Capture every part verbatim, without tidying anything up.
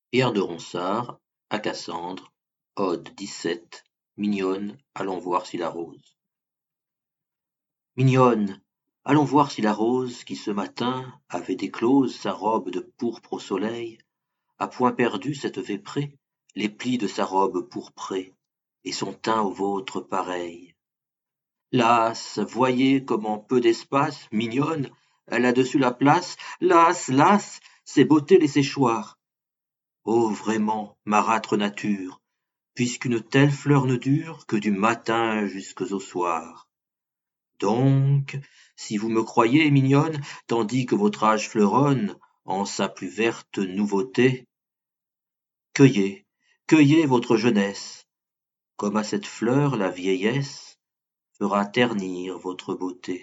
Pierre de Ronsard, à Cassandre, Ode dix-sept, mignonne, allons voir si la rose. Mignonne, allons voir si la rose, qui ce matin avait déclose sa robe de pourpre au soleil, a point perdu cette véprée, les plis de sa robe pourprée, et son teint au vôtre pareil. Las, voyez comme en peu d'espace, mignonne, elle a dessus la place, las, las, ses beautés les séchoirs. Ô vraiment, marâtre nature, puisqu'une telle fleur ne dure que du matin jusques au soir. Donc, si vous me croyez mignonne, tandis que votre âge fleuronne en sa plus verte nouveauté, cueillez, cueillez votre jeunesse, comme à cette fleur la vieillesse fera ternir votre beauté.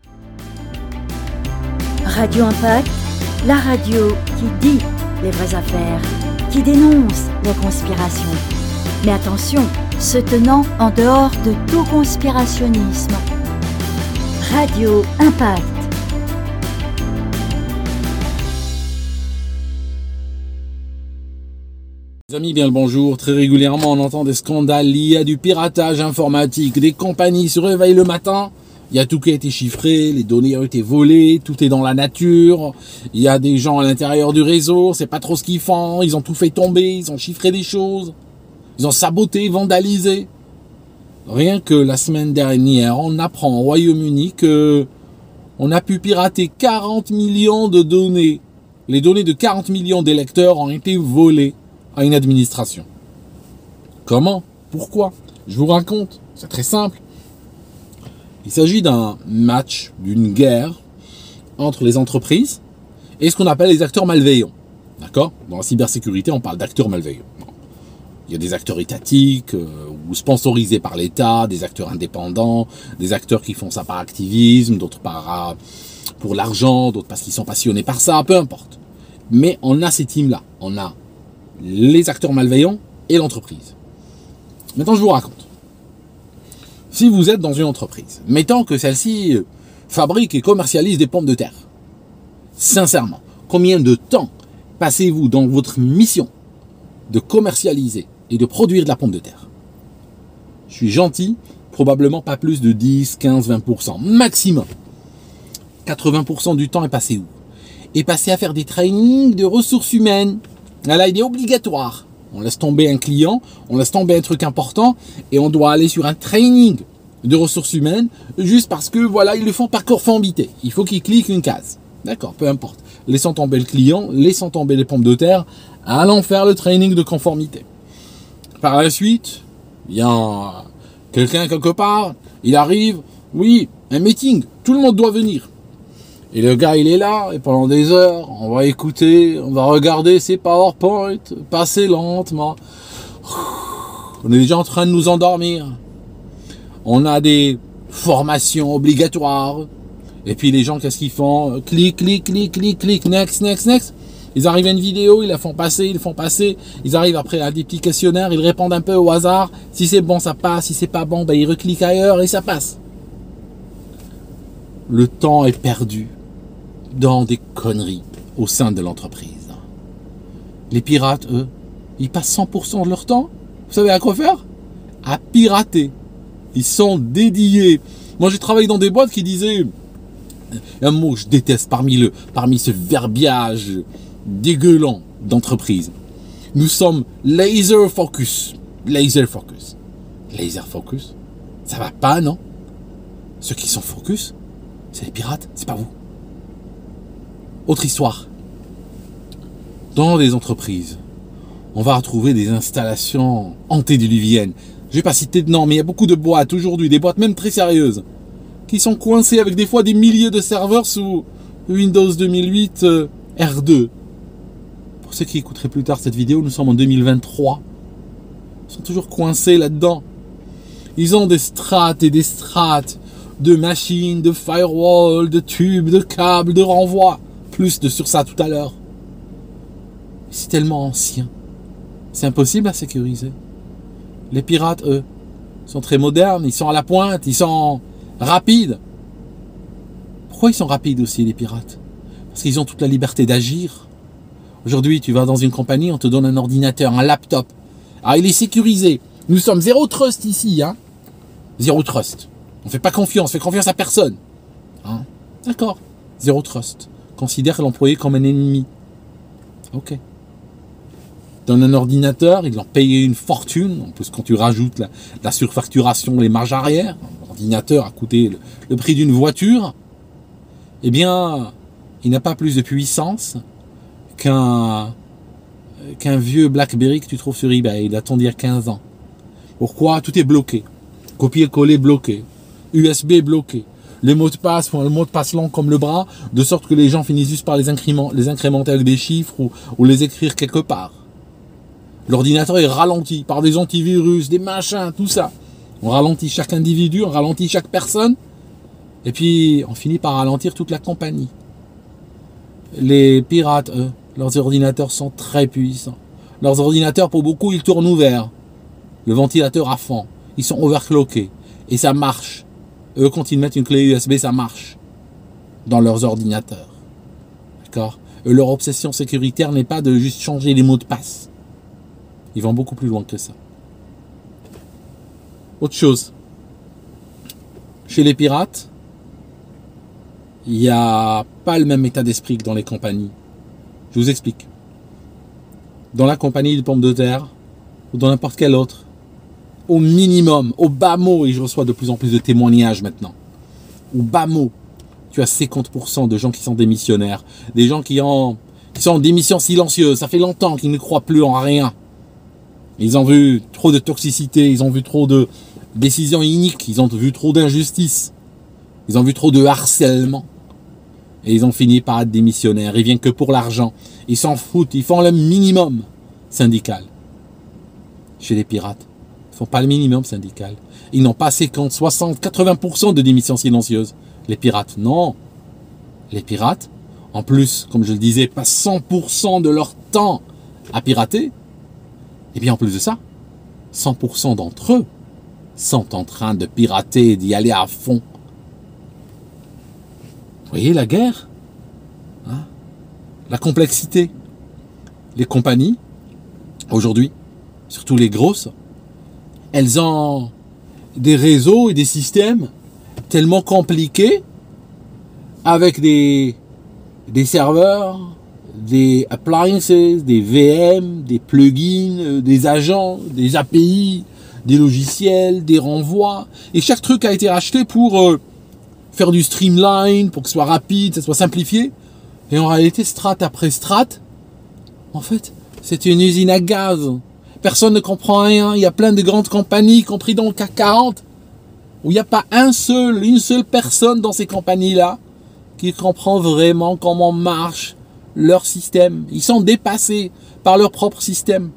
Radio Impact, la radio qui dit les vraies affaires, qui dénonce les conspirations. Mais attention, se tenant en dehors de tout conspirationnisme. Radio Impact. Les amis, bien le bonjour. Très régulièrement, on entend des scandales liés à du piratage informatique. Des compagnies se réveillent le matin. Il y a tout qui a été chiffré, les données ont été volées, tout est dans la nature. Il y a des gens à l'intérieur du réseau, c'est pas trop ce qu'ils font. Ils ont tout fait tomber, ils ont chiffré des choses. Ils ont saboté, vandalisé. Rien que la semaine dernière, on apprend au Royaume-Uni que on a pu pirater quarante millions de données. Les données de quarante millions d'électeurs ont été volées à une administration. Comment? Pourquoi? Je vous raconte. C'est très simple. Il s'agit d'un match, d'une guerre entre les entreprises et ce qu'on appelle les acteurs malveillants. D'accord? Dans la cybersécurité, on parle d'acteurs malveillants. Il y a des acteurs étatiques euh, ou sponsorisés par l'État, des acteurs indépendants, des acteurs qui font ça par activisme, d'autres par euh, pour l'argent, d'autres parce qu'ils sont passionnés par ça, peu importe. Mais on a ces teams-là. On a les acteurs malveillants et l'entreprise. Maintenant, je vous raconte. Si vous êtes dans une entreprise, mettons que celle-ci fabrique et commercialise des pommes de terre. Sincèrement, combien de temps passez-vous dans votre mission de commercialiser et de produire de la pomme de terre? Je suis gentil, probablement pas plus de dix, quinze, vingt pour cent maximum. quatre-vingts pour cent du temps est passé où? Est passé à faire des trainings de ressources humaines. Là, il est obligatoire. On laisse tomber un client, on laisse tomber un truc important et on doit aller sur un training de ressources humaines juste parce que voilà, ils le font par conformité. Il faut qu'ils cliquent une case. D'accord, peu importe. Laissons tomber le client, laissons tomber les pommes de terre, allons faire le training de conformité. Par la suite, il y a quelqu'un quelque part, il arrive, oui, un meeting, tout le monde doit venir. Et le gars, il est là, et pendant des heures, on va écouter, on va regarder ses PowerPoint, passer lentement. On est déjà en train de nous endormir. On a des formations obligatoires. Et puis les gens, qu'est-ce qu'ils font? Clic, clic, clic, clic, clic, next, next, next. Ils arrivent à une vidéo, ils la font passer, ils la font passer. Ils arrivent après à des petits questionnaires, ils répondent un peu au hasard. Si c'est bon, ça passe. Si c'est pas bon, ben ils recliquent ailleurs et ça passe. Le temps est perdu dans des conneries au sein de l'entreprise. Les pirates, eux, ils passent cent pour cent de leur temps, vous savez à quoi faire? À pirater. Ils sont dédiés. Moi, j'ai travaillé dans des boîtes qui disaient un mot que je déteste parmi, le, parmi ce verbiage dégueulant d'entreprise. Nous sommes laser focus. Laser focus. Laser focus? Ça va pas, non? Ceux qui sont focus, c'est les pirates, c'est pas vous. Autre histoire. Dans les entreprises, on va retrouver des installations antédiluviennes. Je vais pas citer de nom, mais il y a beaucoup de boîtes aujourd'hui, des boîtes même très sérieuses, qui sont coincées avec des fois des milliers de serveurs sous Windows deux mille huit euh, R deux. Pour ceux qui écouteraient plus tard cette vidéo, nous sommes en deux mille vingt-trois. Ils sont toujours coincés là-dedans. Ils ont des strates et des strates de machines, de firewall, de tubes, de câbles, de renvoi. Plus de sur ça tout à l'heure. C'est tellement ancien. C'est impossible à sécuriser. Les pirates, eux, sont très modernes, ils sont à la pointe, ils sont rapides. Pourquoi ils sont rapides aussi, les pirates? Parce qu'ils ont toute la liberté d'agir. Aujourd'hui, tu vas dans une compagnie, on te donne un ordinateur, un laptop. Alors, il est sécurisé. Nous sommes zéro trust ici, hein. Zéro trust. On fait pas confiance, on fait confiance à personne. Hein? D'accord. Zéro trust. Considère l'employé comme un ennemi. Ok. Dans un ordinateur, ils ont payé une fortune. En plus, quand tu rajoutes la, la surfacturation, les marges arrière, l'ordinateur a coûté le, le prix d'une voiture. Eh bien, il n'a pas plus de puissance qu'un qu'un vieux BlackBerry que tu trouves sur eBay. Il attend d'il y a quinze ans. Pourquoi? Tout est bloqué. Copier-coller bloqué. U S B bloqué. Les mots de passe font le mot de passe long comme le bras, de sorte que les gens finissent juste par les, les incrémenter avec des chiffres ou, ou les écrire quelque part. L'ordinateur est ralenti par des antivirus, des machins, tout ça. On ralentit chaque individu, on ralentit chaque personne, et puis on finit par ralentir toute la compagnie. Les pirates, eux, leurs ordinateurs sont très puissants. Leurs ordinateurs, pour beaucoup, ils tournent ouverts. Le ventilateur à fond. Ils sont overclockés. Et ça marche. Eux, quand ils mettent une clé U S B, ça marche. Dans leurs ordinateurs. D'accord? Eux, leur obsession sécuritaire n'est pas de juste changer les mots de passe. Ils vont beaucoup plus loin que ça. Autre chose. Chez les pirates, il n'y a pas le même état d'esprit que dans les compagnies. Je vous explique. Dans la compagnie de pommes de terre, ou dans n'importe quelle autre, au minimum, au bas mot, et je reçois de plus en plus de témoignages maintenant, au bas mot, tu as cinquante pour cent de gens qui sont démissionnaires, des gens qui, ont, qui sont en démission silencieuse, ça fait longtemps qu'ils ne croient plus en rien. Ils ont vu trop de toxicité, ils ont vu trop de décisions iniques, ils ont vu trop d'injustice, ils ont vu trop de harcèlement. Et ils ont fini par être démissionnaires. Ils viennent que pour l'argent. Ils s'en foutent, ils font le minimum syndical. Chez les pirates, ils ne font pas le minimum syndical. Ils n'ont pas cinquante, soixante, quatre-vingts pour cent de démissions silencieuses. Les pirates, non. Les pirates, en plus, comme je le disais, passent cent pour cent de leur temps à pirater. Et bien en plus de ça, cent pour cent d'entre eux sont en train de pirater et d'y aller à fond. Vous voyez la guerre, hein? La complexité. Les compagnies, aujourd'hui, surtout les grosses, elles ont des réseaux et des systèmes tellement compliqués, avec des, des serveurs, des appliances, des V M, des plugins, des agents, des A P I, des logiciels, des renvois. Et chaque truc a été racheté pour euh, faire du streamline, pour que ce soit rapide, que ce soit simplifié. Et en réalité, strate après strate, en fait, c'est une usine à gaz. Personne ne comprend rien. Il y a plein de grandes compagnies, y compris dans le C A C quarante, où il n'y a pas un seul, une seule personne dans ces compagnies-là qui comprend vraiment comment marche leur système. Ils sont dépassés par leur propre système.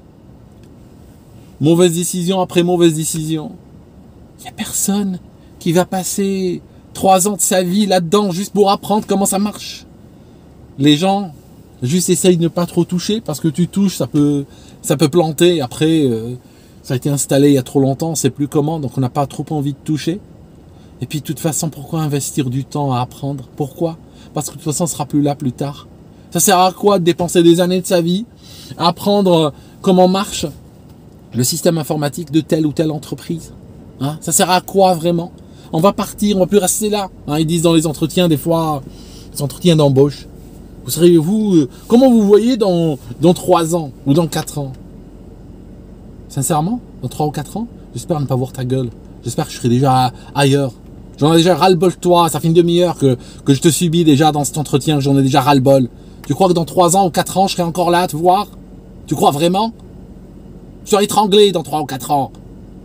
Mauvaise décision après mauvaise décision. Il n'y a personne qui va passer trois ans de sa vie là-dedans juste pour apprendre comment ça marche. Les gens juste essayent de ne pas trop toucher, parce que tu touches, ça peut, ça peut planter. Après, euh, ça a été installé il y a trop longtemps, on ne sait plus comment, donc on n'a pas trop envie de toucher. Et puis de toute façon, pourquoi investir du temps à apprendre? Pourquoi? Parce que de toute façon, on ne sera plus là plus tard. Ça sert à quoi de dépenser des années de sa vie à apprendre comment marche le système informatique de telle ou telle entreprise? Hein? Ça sert à quoi vraiment? On va partir, on va plus rester là. Hein, ils disent dans les entretiens, des fois, les entretiens d'embauche. Vous serez vous, euh, comment vous voyez dans, dans trois ans ou dans quatre ans? Sincèrement, dans trois ou quatre ans, j'espère ne pas voir ta gueule. J'espère que je serai déjà ailleurs. J'en ai déjà ras-le-bol de toi. Ça fait une demi-heure que, que je te subis déjà dans cet entretien, que j'en ai déjà ras-le-bol. Tu crois que dans trois ans ou quatre ans, je serai encore là à te voir? Tu crois vraiment? Je serai étranglé dans trois ou quatre ans.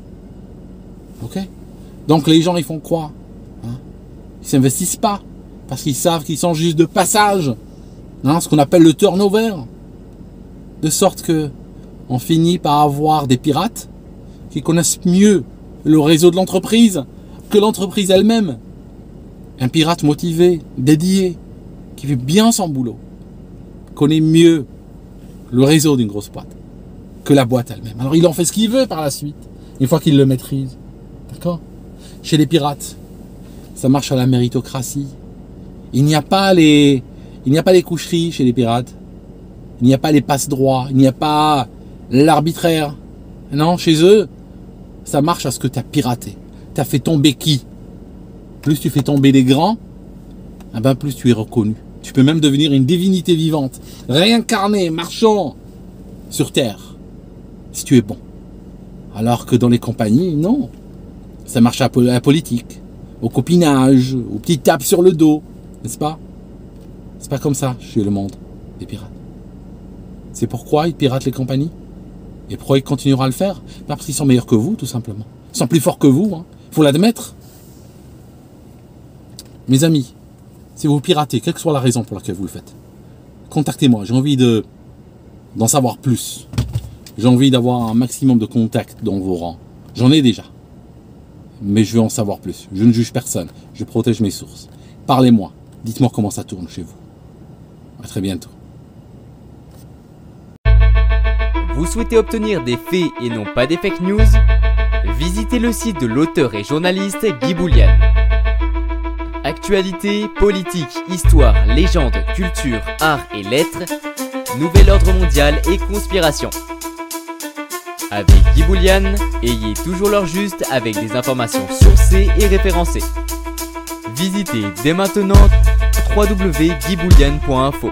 Ok? Donc les gens, ils font quoi? Hein? Ils s'investissent pas. Parce qu'ils savent qu'ils sont juste de passage. Hein? Ce qu'on appelle le turnover. De sorte que on finit par avoir des pirates qui connaissent mieux le réseau de l'entreprise que l'entreprise elle-même. Un pirate motivé, dédié, qui fait bien son boulot, connaît mieux le réseau d'une grosse boîte que la boîte elle-même. Alors il en fait ce qu'il veut par la suite, une fois qu'il le maîtrise. D'accord? Chez les pirates, ça marche à la méritocratie. Il n'y a pas les, il n'y a pas les coucheries chez les pirates. il n'y a pas les passe-droits, il n'y a pas l'arbitraire. Non, chez eux, ça marche à ce que tu as piraté. Tu as fait tomber qui? Plus tu fais tomber les grands, eh ben plus tu es reconnu. Tu peux même devenir une divinité vivante, réincarnée, marchant sur Terre, si tu es bon. Alors que dans les compagnies, non. Ça marche à la politique, au copinage, aux petites tapes sur le dos, n'est-ce pas? C'est pas comme ça chez le monde des pirates. C'est pourquoi ils piratent les compagnies. Et pourquoi ils continueront à le faire? Parce qu'ils sont meilleurs que vous, tout simplement. Ils sont plus forts que vous, hein. Faut l'admettre. Mes amis, si vous piratez, quelle que soit la raison pour laquelle vous le faites, contactez-moi. J'ai envie de d'en savoir plus. J'ai envie d'avoir un maximum de contacts dans vos rangs. J'en ai déjà. Mais je veux en savoir plus. Je ne juge personne. Je protège mes sources. Parlez-moi. Dites-moi comment ça tourne chez vous. À très bientôt. Vous souhaitez obtenir des faits et non pas des fake news? Visitez le site de l'auteur et journaliste Guy Boulian. Actualité, politique, histoire, légende, culture, art et lettres, nouvel ordre mondial et conspiration. Avec Guy Boulian, ayez toujours l'heure juste avec des informations sourcées et référencées. Visitez dès maintenant w w w point guy boulian point info.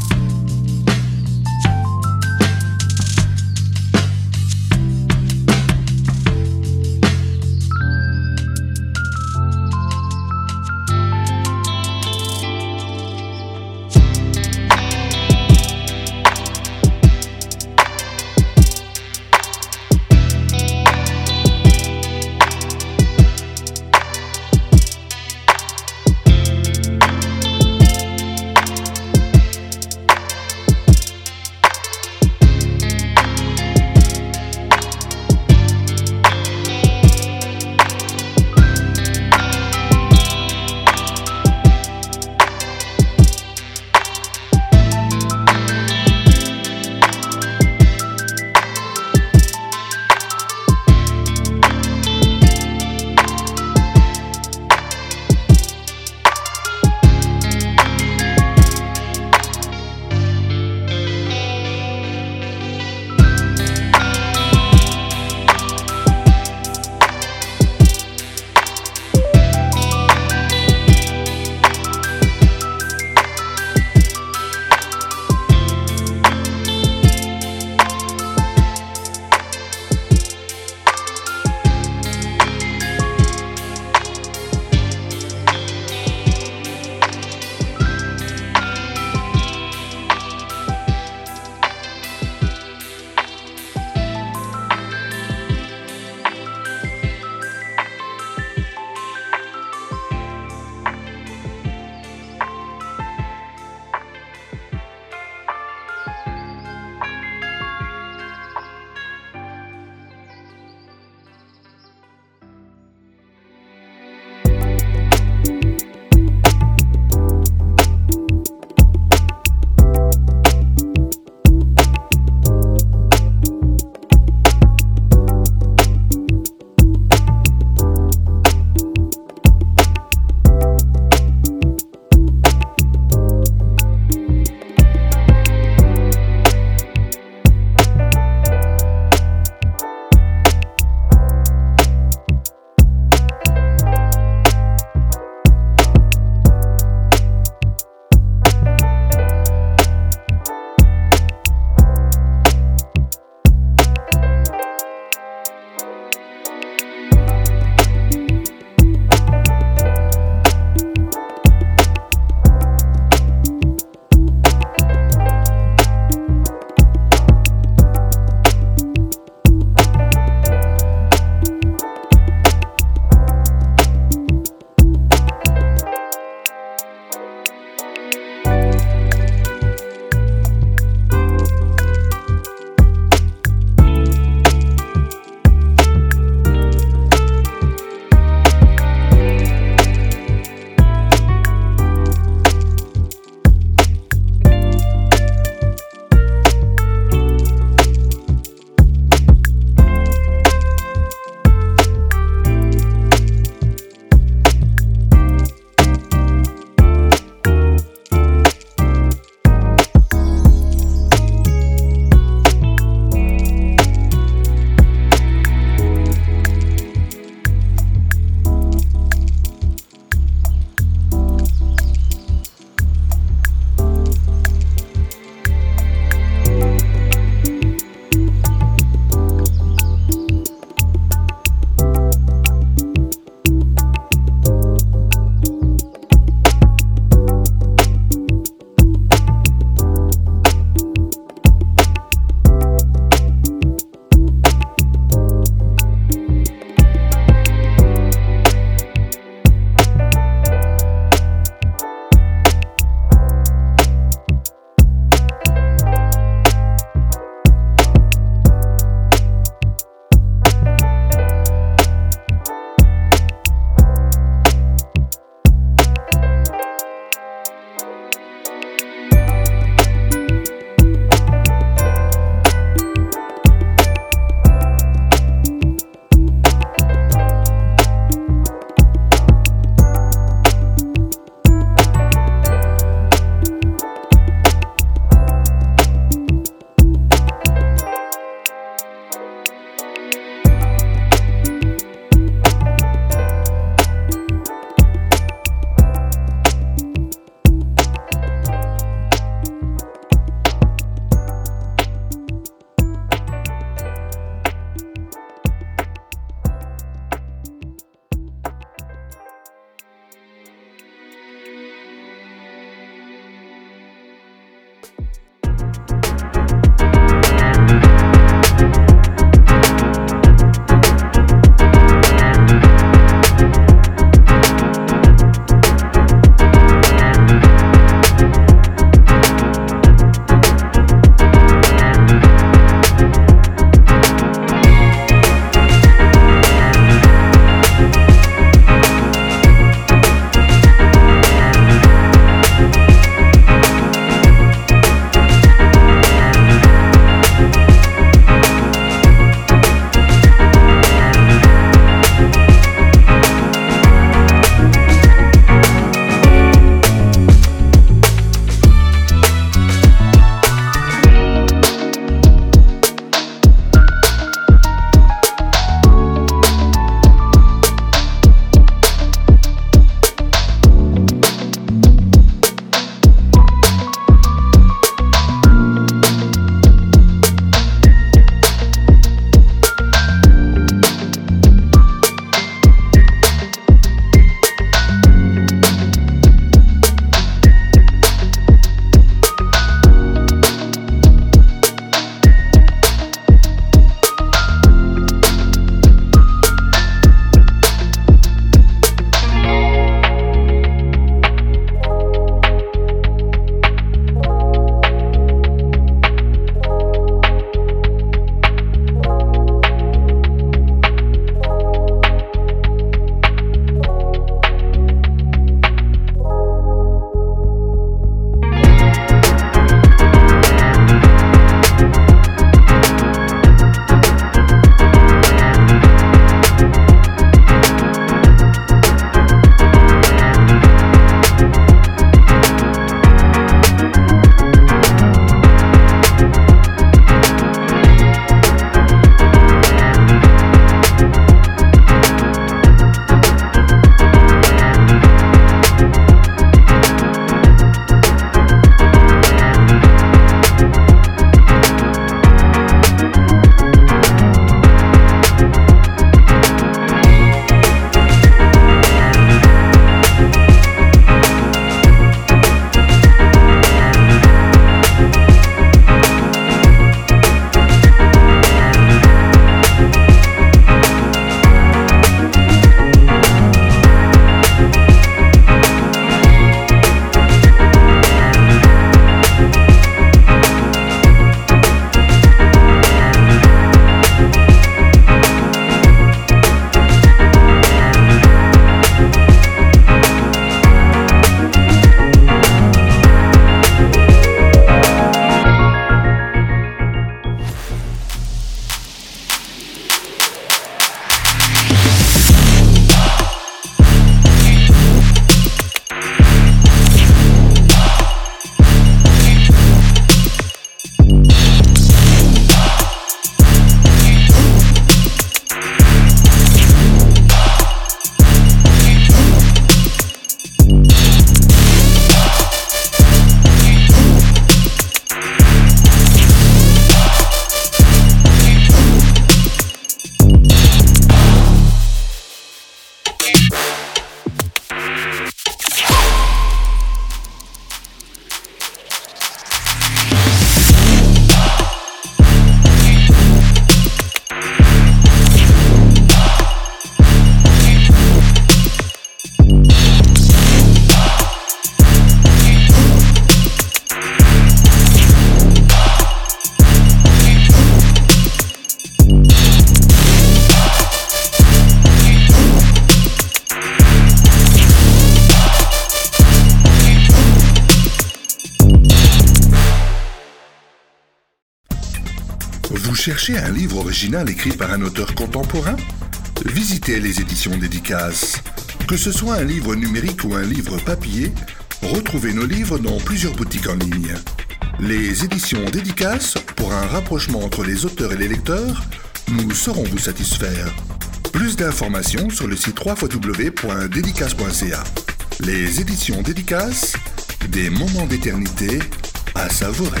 Vous cherchez un livre original écrit par un auteur contemporain ? Visitez les éditions Dédicace. Que ce soit un livre numérique ou un livre papier, retrouvez nos livres dans plusieurs boutiques en ligne. Les éditions Dédicace, pour un rapprochement entre les auteurs et les lecteurs, nous saurons vous satisfaire. Plus d'informations sur le site w w w point dédicace point c a. Les éditions Dédicace, des moments d'éternité à savourer.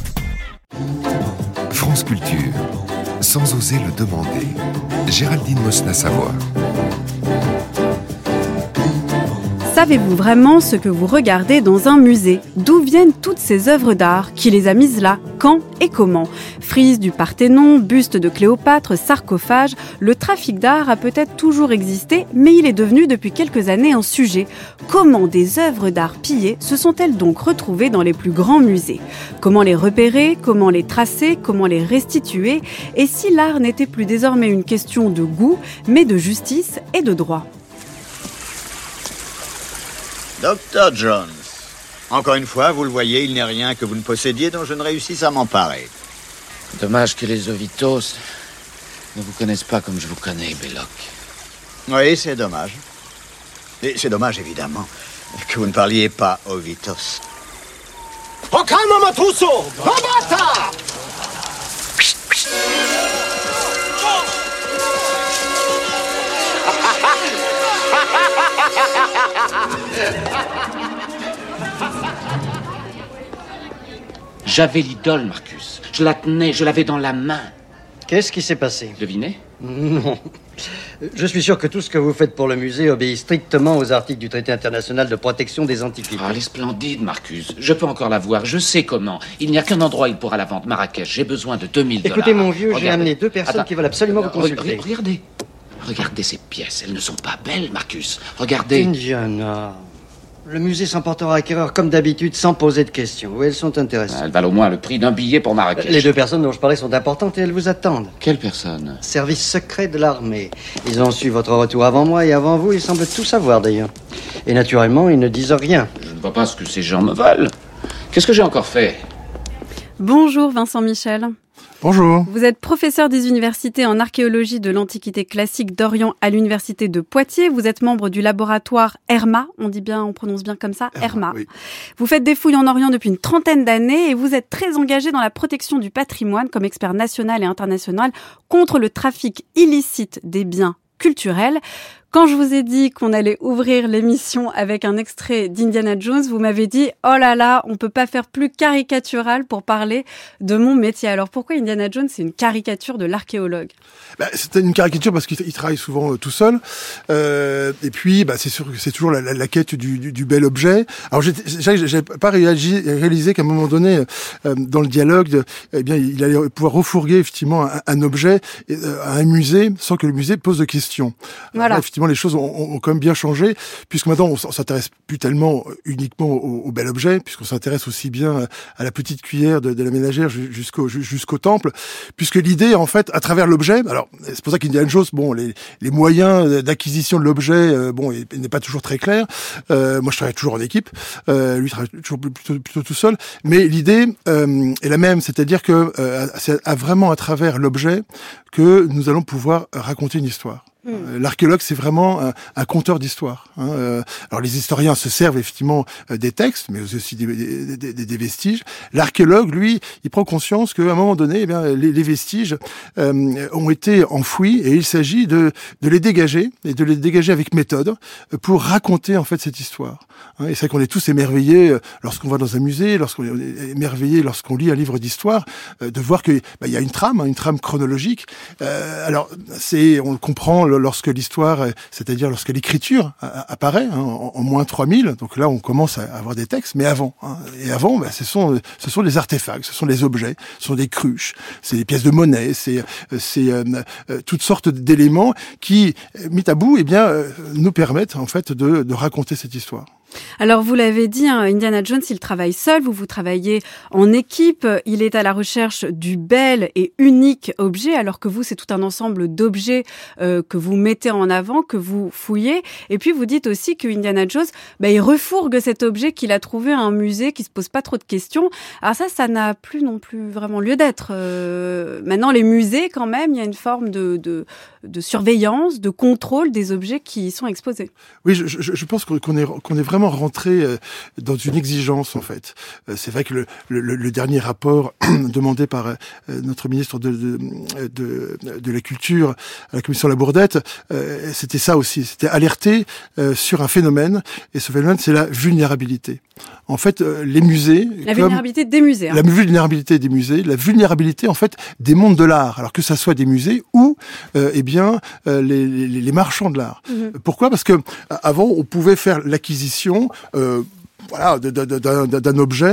France Culture, sans oser le demander. Géraldine Mosna-Savoie. Savez-vous vraiment ce que vous regardez dans un musée ? D'où viennent toutes ces œuvres d'art ? Qui les a mises là ? Quand et comment ? Frises du Parthénon, bustes de Cléopâtre, sarcophages, le trafic d'art a peut-être toujours existé, mais il est devenu depuis quelques années un sujet. Comment des œuvres d'art pillées se sont-elles donc retrouvées dans les plus grands musées ? Comment les repérer ? Comment les tracer ? Comment les restituer ? Et si l'art n'était plus désormais une question de goût, mais de justice et de droit ? Docteur Jones, encore une fois, vous le voyez, il n'est rien que vous ne possédiez dont je ne réussisse à m'emparer. Dommage que les Ovitos ne vous connaissent pas comme je vous connais, Belloc. Oui, c'est dommage. Et c'est dommage, évidemment, que vous ne parliez pas Ovitos. Au calme, Matuso! Rabata! J'avais l'idole, Marcus. Je la tenais, je l'avais dans la main. Qu'est-ce qui s'est passé ? Devinez ? Non. Je suis sûr que tout ce que vous faites pour le musée obéit strictement aux articles du traité international de protection des antiquités. Ah, elle est splendide, Marcus. Je peux encore la voir, je sais comment. Il n'y a qu'un endroit où il pourra la vendre, Marrakech. J'ai besoin de deux mille dollars. Écoutez, mon vieux, j'ai Regardez. amené deux personnes Attends. qui veulent absolument vous consulter. Regardez. Regardez ces pièces. Elles ne sont pas belles, Marcus. Regardez. Indiana. Le musée s'emportera acquéreur comme d'habitude sans poser de questions. Oui, elles sont intéressantes. Elles valent au moins le prix d'un billet pour Marrakech. Les deux personnes dont je parlais sont importantes et elles vous attendent. Quelle personne ? Service secret de l'armée. Ils ont su votre retour avant moi et avant vous. Ils semblent tout savoir d'ailleurs. Et naturellement, ils ne disent rien. Je ne vois pas ce que ces gens me veulent. Qu'est-ce que j'ai encore fait ? Bonjour Vincent Michel. Bonjour. Vous êtes professeur des universités en archéologie de l'Antiquité classique d'Orient à l'université de Poitiers. Vous êtes membre du laboratoire HERMA. On dit bien, on prononce bien comme ça, HERMA. Oui. Vous faites des fouilles en Orient depuis une trentaine d'années et vous êtes très engagé dans la protection du patrimoine comme expert national et international contre le trafic illicite des biens culturels. Quand je vous ai dit qu'on allait ouvrir l'émission avec un extrait d'Indiana Jones, vous m'avez dit « Oh là là, on peut pas faire plus caricatural pour parler de mon métier ». Alors pourquoi Indiana Jones, c'est une caricature de l'archéologue ? Bah, c'est une caricature parce qu'il travaille souvent euh, tout seul. Euh, et puis, bah, c'est sûr que c'est toujours la, la, la quête du, du, du bel objet. Alors, j'avais pas réagi, réalisé qu'à un moment donné, euh, dans le dialogue, de, eh bien, il allait pouvoir refourguer effectivement un, un objet euh, à un musée sans que le musée pose de questions. Voilà. Là, effectivement, les choses ont, ont quand même bien changé, puisque maintenant, on s'intéresse plus tellement uniquement au, au bel objet, puisqu'on s'intéresse aussi bien à la petite cuillère de, de la ménagère jusqu'au jusqu'au temple, puisque l'idée, en fait, à travers l'objet, alors c'est pour ça qu'Indiana Jones, bon, les, les moyens d'acquisition de l'objet, euh, bon, il, il n'est pas toujours très clair. Euh, moi, je travaille toujours en équipe, euh, lui travaille toujours plutôt, plutôt tout seul, mais l'idée euh, est la même, c'est-à-dire que euh, c'est à vraiment à travers l'objet que nous allons pouvoir raconter une histoire. Mmh. L'archéologue, c'est vraiment un, un conteur d'histoire. Hein. Euh, alors, les historiens se servent effectivement euh, des textes, mais aussi des, des, des, des vestiges. L'archéologue, lui, il prend conscience qu'à un moment donné, eh bien, les, les vestiges euh, ont été enfouis et il s'agit de, de les dégager et de les dégager avec méthode pour raconter en fait cette histoire. Hein. Et c'est vrai qu'on est tous émerveillés lorsqu'on va dans un musée, lorsqu'on est émerveillés lorsqu'on lit un livre d'histoire, euh, de voir que bah, il y a une trame, hein, une trame chronologique. Euh, alors, c'est, on comprend le, lorsque l'histoire, c'est-à-dire lorsque l'écriture apparaît, hein, en, en moins trois mille, donc là on commence à avoir des textes, mais avant. Hein, et avant, bah, ce sont ce sont des artefacts, ce sont des objets, ce sont des cruches, c'est des pièces de monnaie, c'est c'est euh, euh, toutes sortes d'éléments qui, mis à bout, eh bien, euh, nous permettent en fait de, de raconter cette histoire. Alors, vous l'avez dit, hein, Indiana Jones, il travaille seul, vous, vous travaillez en équipe, il est à la recherche du bel et unique objet, alors que vous, c'est tout un ensemble d'objets euh, que vous mettez en avant, que vous fouillez. Et puis, vous dites aussi que Indiana Jones, bah, il refourgue cet objet qu'il a trouvé à un musée, qui se pose pas trop de questions. Alors ça, ça n'a plus non plus vraiment lieu d'être. Euh, maintenant, les musées, quand même, il y a une forme de, de, de surveillance, de contrôle des objets qui y sont exposés. Oui, je, je, je pense qu'on est, qu'on est vraiment rentré dans une exigence, en fait. C'est vrai que le, le, le dernier rapport demandé par notre ministre de, de, de, de la Culture à la commission Labourdette, c'était ça aussi. C'était alerter sur un phénomène, et ce phénomène, c'est la vulnérabilité. En fait, les musées... La vulnérabilité des musées. Hein. La vulnérabilité des musées, la vulnérabilité, en fait, des mondes de l'art. Alors que ça soit des musées ou, euh, eh bien, euh, les, les, les marchands de l'art. Mmh. Pourquoi ? Parce que avant, on pouvait faire l'acquisition, euh, voilà, d'un, d'un objet,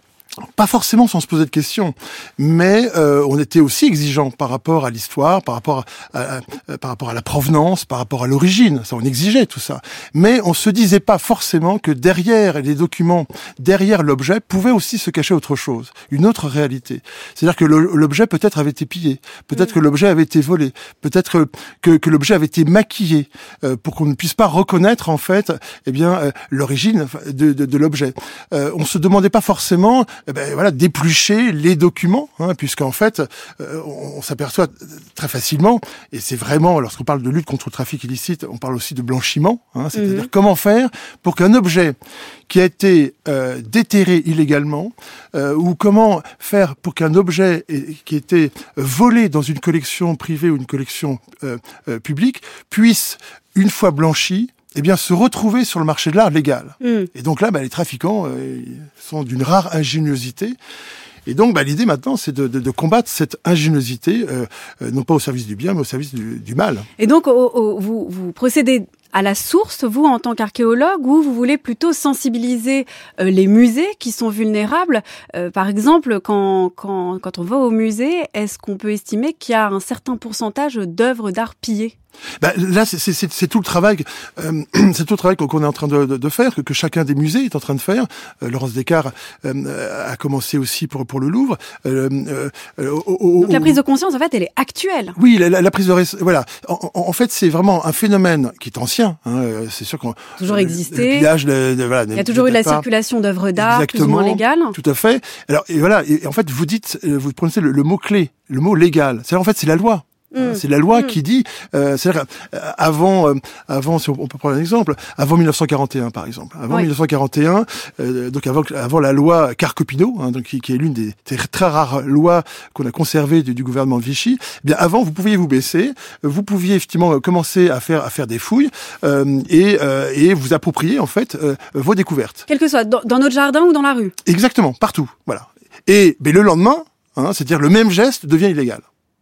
pas forcément sans se poser de questions, mais euh, on était aussi exigeant par rapport à l'histoire, par rapport à, à, à, par rapport à la provenance, par rapport à l'origine. Ça, on exigeait tout ça. Mais on se disait pas forcément que derrière les documents, derrière l'objet, pouvait aussi se cacher autre chose, une autre réalité. C'est-à-dire que le, l'objet peut-être avait été pillé, peut-être mmh. que l'objet avait été volé, peut-être que, que l'objet avait été maquillé euh, pour qu'on ne puisse pas reconnaître en fait, eh bien, euh, l'origine de, de, de l'objet. Euh, on se demandait pas forcément Eh ben, voilà, d'éplucher les documents, hein, puisqu'en fait, euh, on, on s'aperçoit très facilement, et c'est vraiment, lorsqu'on parle de lutte contre le trafic illicite, on parle aussi de blanchiment, hein, c'est-à-dire mmh. comment faire pour qu'un objet qui a été euh, déterré illégalement, euh, ou comment faire pour qu'un objet qui a été volé dans une collection privée ou une collection euh, euh, publique puisse, une fois blanchi, eh bien, se retrouver sur le marché de l'art légal. Mm. Et donc là, bah, les trafiquants euh, sont d'une rare ingéniosité. Et donc, bah, l'idée maintenant, c'est de, de, de combattre cette ingéniosité, euh, euh, non pas au service du bien, mais au service du, du mal. Et donc, au, au, vous, vous procédez à la source, vous, en tant qu'archéologue, ou vous voulez plutôt sensibiliser euh, les musées qui sont vulnérables. Euh, par exemple, quand, quand, quand on va au musée, est-ce qu'on peut estimer qu'il y a un certain pourcentage d'œuvres d'art pillées ? Ben, là, c'est, c'est, c'est tout le travail, euh, c'est tout le travail qu'on est en train de, de, de faire, que, que chacun des musées est en train de faire. Euh, Laurence Descartes euh, a commencé aussi pour pour le Louvre. Euh, euh, au, au, Donc la prise de conscience, en fait, elle est actuelle. Oui, la, la, la prise de voilà. En, en, en fait, c'est vraiment un phénomène qui est ancien. Hein, c'est sûr qu'on toujours existé. Le pillage, le, de, voilà, il y a toujours eu de la circulation d'œuvres d'art, exactement, plus ou moins légales. Tout à fait. Alors et voilà. Et en fait, vous dites, vous prononcez le, le mot clé, le mot légal. C'est en fait, c'est la loi. Mmh. C'est la loi mmh. qui dit, euh, c'est-à-dire euh, avant, euh, avant, si on, on peut prendre un exemple, avant mille neuf cent quarante et un par exemple, avant oui. mille neuf cent quarante et un, euh, donc avant, avant la loi Carcopino, hein, donc qui, qui est l'une des, des très rares lois qu'on a conservées du, du gouvernement de Vichy. Eh bien avant, vous pouviez vous baisser, vous pouviez effectivement commencer à faire à faire des fouilles euh, et, euh, et vous approprier en fait euh, vos découvertes. Quel que soit dans, dans notre jardin ou dans la rue. Exactement, partout, voilà. Et ben le lendemain, hein, c'est-à-dire le même geste devient illégal.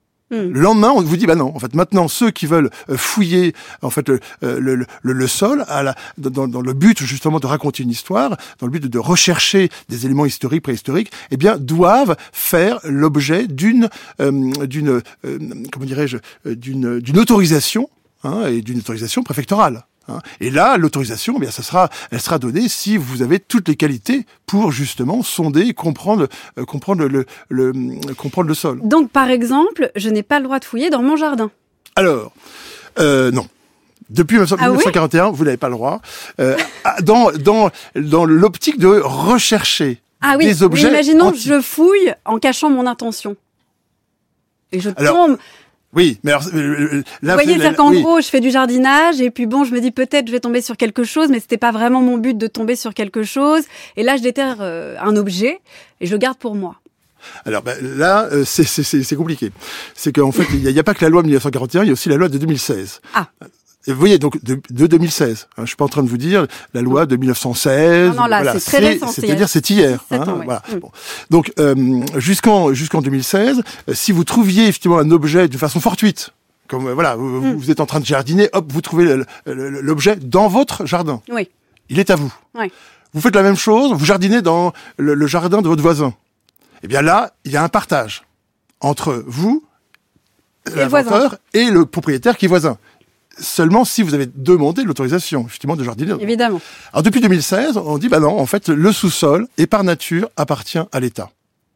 Le lendemain, on vous dit bah non. En fait, maintenant, ceux qui veulent fouiller en fait le le le, le sol à la dans, dans le but justement de raconter une histoire, dans le but de, de rechercher des éléments historiques, préhistoriques, eh bien doivent faire l'objet d'une euh, d'une euh, comment dirais-je d'une d'une autorisation hein, et d'une autorisation préfectorale. Et là, l'autorisation, eh bien, ça sera, elle sera donnée si vous avez toutes les qualités pour justement sonder et comprendre, euh, comprendre le, le, le, comprendre le sol. Donc, par exemple, je n'ai pas le droit de fouiller dans mon jardin. Alors, euh, non. Depuis mille neuf cent quarante et un, ah oui vous n'avez pas le droit. Euh, dans, dans, dans l'optique de rechercher ah oui, des objets. Mais imaginons antiques. Je fouille en cachant mon intention. Et je Alors, tombe. Oui, mais alors là, vous voyez, c'est-à-dire qu'en oui. gros, je fais du jardinage et puis bon, je me dis peut-être je vais tomber sur quelque chose, mais c'était pas vraiment mon but de tomber sur quelque chose. Et là, je déterre euh, un objet et je le garde pour moi. Alors ben, là, euh, c'est, c'est, c'est, c'est compliqué. C'est qu'en fait, il n'y a, a pas que la loi de mille neuf cent quarante et un, il y a aussi la loi de deux mille seize. Ah. Et vous voyez, donc, de, de deux mille seize. Hein, je suis pas en train de vous dire la loi de mille neuf cent seize. Non, non, là, voilà, c'est très récent. C'est-à-dire, c'est hier. Hein, ans, ouais. Voilà. Mm. Bon. Donc, euh, jusqu'en, jusqu'en deux mille seize, euh, si vous trouviez effectivement un objet de façon fortuite, comme euh, voilà, vous, mm. vous êtes en train de jardiner, hop, vous trouvez le, le, l'objet dans votre jardin. Oui. Il est à vous. Oui. Vous faites la même chose, vous jardinez dans le, le jardin de votre voisin. Eh bien là, il y a un partage entre vous, l'inventeur, et le propriétaire qui est voisin. seulement si vous avez demandé l'autorisation, effectivement, de jardiner. Évidemment. Alors, depuis deux mille seize, on dit, bah non, en fait, le sous-sol, et par nature, appartient à l'État.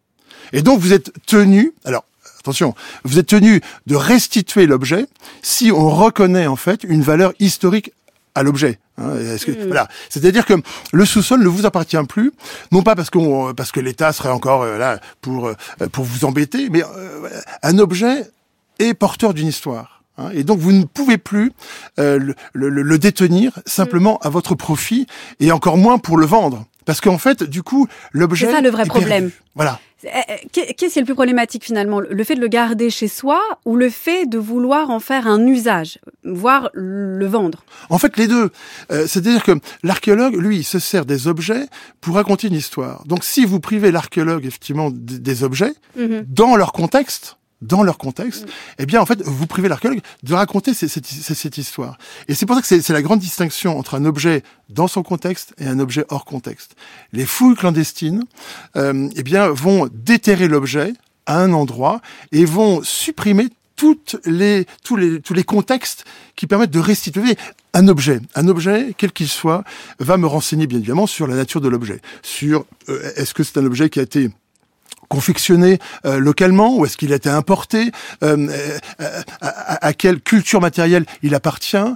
Et donc, vous êtes tenu, alors, attention, vous êtes tenu de restituer l'objet si on reconnaît, en fait, une valeur historique à l'objet. Hein, est-ce que, mmh. Voilà. C'est-à-dire que le sous-sol ne vous appartient plus, non pas parce qu'on, parce que l'État serait encore euh, là pour euh, pour vous embêter, mais euh, un objet est porteur d'une histoire. Hein, et donc vous ne pouvez plus euh, le, le, le détenir simplement mmh. à votre profit, et encore moins pour le vendre, parce qu'en fait, du coup, l'objet. C'est ça le vrai problème. Perdu. Voilà. Qu'est-ce qui est le plus problématique finalement ? Le fait de le garder chez soi ou le fait de vouloir en faire un usage, voire le vendre ? En fait, les deux. Euh, c'est-à-dire que l'archéologue, lui, il se sert des objets pour raconter une histoire. Donc, si vous privez l'archéologue, effectivement, des, des objets, mm-hmm. dans leur contexte, dans leur contexte, mmh. eh bien, en fait, vous privez l'archéologue de raconter cette, cette, cette histoire. Et c'est pour ça que c'est, c'est la grande distinction entre un objet dans son contexte et un objet hors contexte. Les fouilles clandestines, euh, eh bien, vont déterrer l'objet à un endroit et vont supprimer toutes les, tous les, tous les contextes qui permettent de restituer un objet. Un objet, quel qu'il soit, va me renseigner, bien évidemment, sur la nature de l'objet. Sur, euh, est-ce que c'est un objet qui a été confectionné euh, localement, ou est-ce qu'il a été importé, euh, à, à, à quelle culture matérielle il appartient, euh,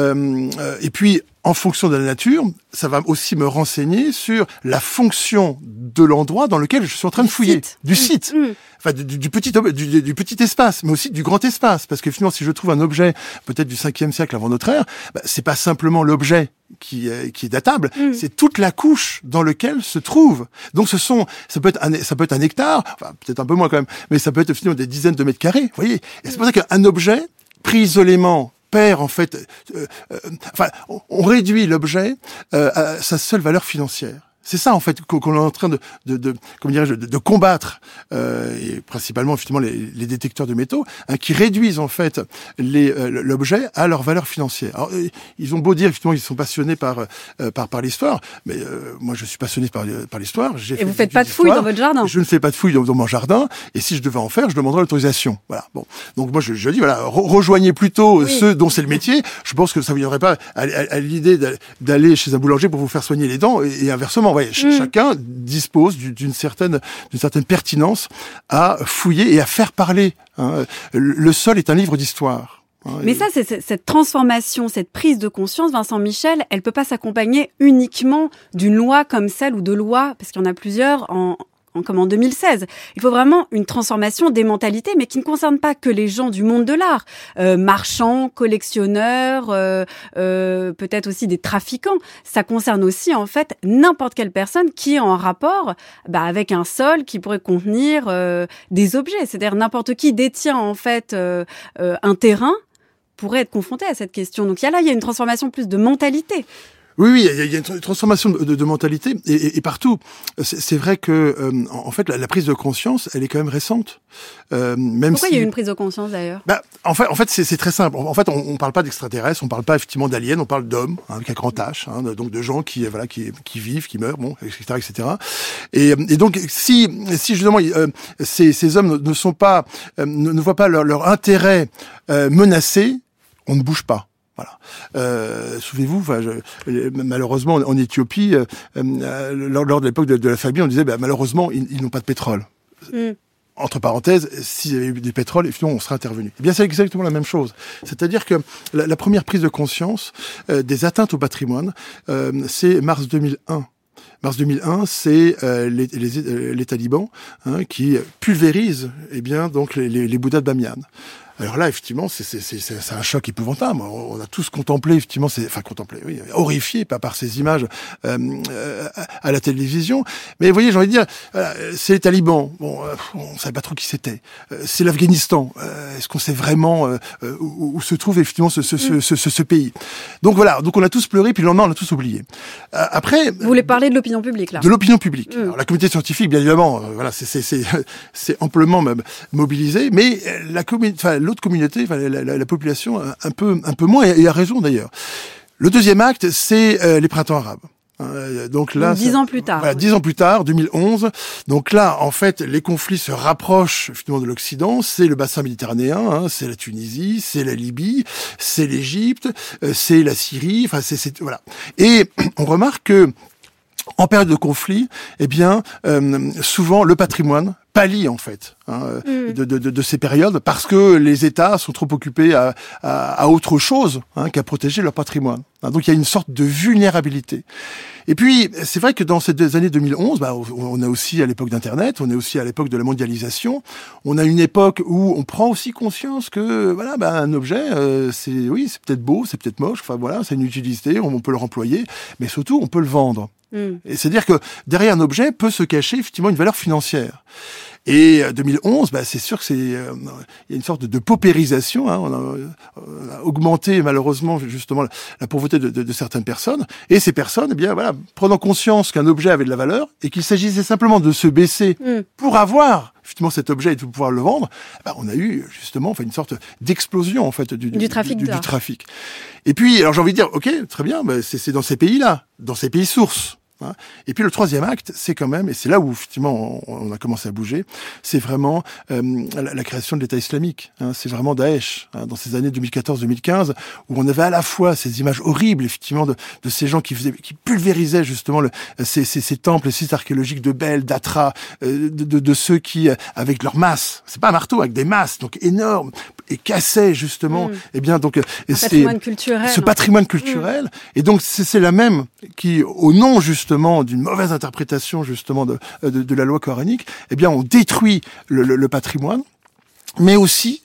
euh, et puis en fonction de la nature, ça va aussi me renseigner sur la fonction de l'endroit dans lequel je suis en train de fouiller, site. du site, mmh. enfin du, du petit du, du petit espace, mais aussi du grand espace, parce que finalement, si je trouve un objet peut-être du cinquième siècle avant notre ère, bah, c'est pas simplement l'objet qui est, qui est datable, mmh. c'est toute la couche dans laquelle se trouve. Donc ce sont, ça peut être un, ça peut être un hectare, enfin peut-être un peu moins quand même, mais ça peut être finalement des dizaines de mètres carrés, vous voyez. Et c'est pour ça qu'un objet pris isolément perd en fait, euh, euh, enfin, on, on réduit l'objet euh, à sa seule valeur financière. C'est ça en fait qu'on est en train de, de, de comment dirais-je, de, de combattre, euh, et principalement effectivement les, les détecteurs de métaux, hein, qui réduisent en fait les, euh, l'objet à leur valeur financière. Alors, ils ont beau dire effectivement qu'ils sont passionnés par euh, par par l'histoire, mais euh, moi je suis passionné par par l'histoire. J'ai et fait vous faites pas de fouilles dans votre jardin ? Je ne fais pas de fouilles dans, dans mon jardin, et si je devais en faire, je demanderais l'autorisation. Voilà. Bon, donc moi je, je dis voilà, re- rejoignez plutôt oui. ceux dont c'est le métier. Je pense que ça ne viendrait pas à, à, à l'idée d'aller chez un boulanger pour vous faire soigner les dents, et, et inversement. Ouais, ch- mmh. Chacun dispose d'une certaine, d'une certaine pertinence à fouiller et à faire parler. Hein. Le sol est un livre d'histoire. Hein, Mais et... ça, c'est cette transformation, cette prise de conscience, Vincent Michel, elle peut pas s'accompagner uniquement d'une loi comme celle ou de lois, parce qu'il y en a plusieurs en comme en deux mille seize. Il faut vraiment une transformation des mentalités, mais qui ne concerne pas que les gens du monde de l'art. Euh, marchands, collectionneurs, euh, euh, peut-être aussi des trafiquants. Ça concerne aussi, en fait, n'importe quelle personne qui est en rapport bah, avec un sol qui pourrait contenir euh, des objets. C'est-à-dire n'importe qui détient, en fait, euh, euh, un terrain pourrait être confronté à cette question. Donc il y a là, il y a une transformation plus de mentalité. Oui, oui, il y a une transformation de, de, de mentalité et, et, et partout. C'est, c'est vrai que, euh, en fait, la, la prise de conscience, elle est quand même récente. Euh, même Pourquoi si... il y a eu une prise de conscience d'ailleurs ? Bah, en fait, en fait, c'est, c'est très simple. En fait, on, on parle pas d'extraterrestres, on parle pas effectivement d'aliens, on parle d'hommes, hein, avec un grand H, hein, donc de gens qui, voilà, qui, qui vivent, qui meurent, bon, et cetera, et cetera. Et, et donc, si, si justement, euh, ces, ces hommes ne sont pas, euh, ne, ne voient pas leur, leur intérêt euh, menacé, on ne bouge pas. Voilà. Euh, souvenez-vous, enfin, je, malheureusement, en Éthiopie, euh, euh, lors, lors de l'époque de, de la famine, on disait, bah, malheureusement, ils, ils n'ont pas de pétrole. Mm. Entre parenthèses, s'il y avait eu du pétrole, effectivement, on serait intervenu. Eh bien, c'est exactement la même chose. C'est-à-dire que la, la première prise de conscience euh, des atteintes au patrimoine, euh, c'est mars deux mille un. Mars deux mille un, c'est euh, les, les, les talibans hein, qui pulvérisent, eh bien, donc les, les, les Bouddhas de Bamiyan. Alors là, effectivement, c'est, c'est, c'est, c'est un choc épouvantable. On a tous contemplé, effectivement, c'est, enfin contemplé, oui, horrifié pas par ces images euh, euh, à la télévision. Mais vous voyez, j'ai envie de dire, voilà, c'est les talibans. Bon, euh, on savait pas trop qui c'était. Euh, c'est l'Afghanistan. Euh, est-ce qu'on sait vraiment euh, où, où se trouve effectivement ce, ce, ce, ce, ce, ce pays ? Donc voilà. Donc on a tous pleuré, puis le lendemain on a tous oublié. Euh, après, vous voulez parler de l'opinion publique là ? De l'opinion publique. Mmh. Alors, la communauté scientifique, bien évidemment, euh, voilà, c'est, c'est, c'est, c'est amplement même mobilisé, mais la communauté, enfin, l'autre communauté, enfin, la, la, la population, un peu, un peu moins, et, et a raison d'ailleurs. Le deuxième acte, c'est euh, les printemps arabes. Euh, donc là, donc, dix ans plus tard. Voilà, dix ans plus tard, deux mille onze. Donc là, en fait, les conflits se rapprochent finalement de l'Occident. C'est le bassin méditerranéen, hein, c'est la Tunisie, c'est la Libye, c'est l'Égypte, euh, c'est la Syrie. Enfin, c'est, c'est voilà. Et on remarque que en période de conflit, eh bien, euh, souvent le patrimoine pâlit en fait hein, mmh. de, de, de ces périodes parce que les États sont trop occupés à, à, à autre chose hein, qu'à protéger leur patrimoine. Hein, donc il y a une sorte de vulnérabilité. Et puis c'est vrai que dans ces deux années deux mille onze, bah, on est aussi à l'époque d'Internet, on est aussi à l'époque de la mondialisation. On a une époque où on prend aussi conscience que voilà, bah, un objet, euh, c'est oui, c'est peut-être beau, c'est peut-être moche. Enfin voilà, c'est une utilité, on peut le remployer, mais surtout on peut le vendre. Mmh. Et c'est-à-dire que derrière un objet peut se cacher effectivement une valeur financière. Et deux mille onze, bah, c'est sûr que c'est, euh, il y a une sorte de, de paupérisation. Hein, on, a, on a augmenté malheureusement justement la, la pauvreté de, de, de certaines personnes. Et ces personnes, eh bien voilà, prenant conscience qu'un objet avait de la valeur et qu'il s'agissait simplement de se baisser mmh. pour avoir effectivement cet objet et de pouvoir le vendre, bah, on a eu justement enfin une sorte d'explosion en fait du, du trafic. Du, du, du trafic. Et puis, alors j'ai envie de dire, ok, très bien, bah, c'est, c'est dans ces pays-là, dans ces pays sources. Et puis le troisième acte, c'est quand même, et c'est là où effectivement on a commencé à bouger, c'est vraiment euh, la, la création de l'État islamique. Hein, c'est vraiment Daesh, hein, dans ces années deux mille quatorze deux mille quinze, où on avait à la fois ces images horribles, effectivement, de, de ces gens qui faisaient, qui pulvérisaient justement le, ces, ces, ces temples, ces sites archéologiques de Bel, d'Atra, euh, de, de, de ceux qui, avec leurs masses, c'est pas un marteau, avec des masses, donc énormes, et cassaient justement, mmh. et bien donc, un c'est patrimoine culturel, ce patrimoine culturel, mmh. et donc c'est, c'est la même qui, au nom justement d'une mauvaise interprétation justement de, de, de la loi coranique, eh bien on détruit le, le, le patrimoine, mais aussi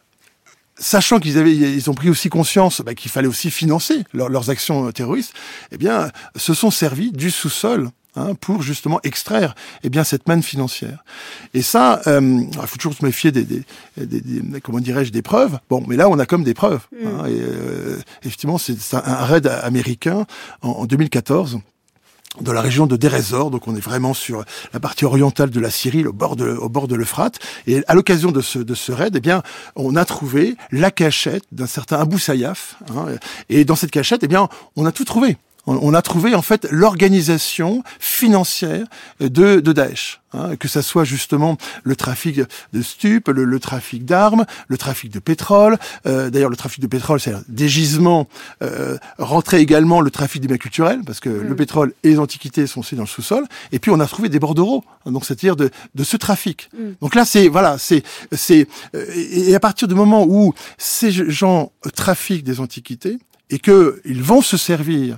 sachant qu'ils avaient, ils ont pris aussi conscience bah, qu'il fallait aussi financer leur, leurs actions terroristes, eh bien se sont servis du sous-sol. Hein, pour justement extraire eh bien cette manne financière. Et ça, euh, il faut toujours se méfier des, des, des, des comment dirais-je des preuves. Bon, mais là on a comme des preuves. Mmh. Hein, et euh, effectivement, c'est, c'est un raid américain en, en deux mille quatorze. Dans la région de Deir ez-Zor, donc on est vraiment sur la partie orientale de la Syrie, au bord de, au bord de l'Euphrate. Et à l'occasion de ce, de ce raid, eh bien, on a trouvé la cachette d'un certain Abou Sayyaf. Hein, et dans cette cachette, eh bien, on a tout trouvé. On a trouvé en fait l'organisation financière de, de Daesh, hein, que ça soit justement le trafic de stupes, le, le trafic d'armes, le trafic de pétrole. Euh, d'ailleurs, le trafic de pétrole, c'est des gisements. Euh, rentrait également le trafic des biens culturels, parce que mmh. le pétrole et les antiquités sont aussi dans le sous-sol. Et puis on a trouvé des bordereaux, hein, donc c'est-à-dire de, de ce trafic. Mmh. Donc là, c'est voilà, c'est c'est et à partir du moment où ces gens trafiquent des antiquités et que ils vont se servir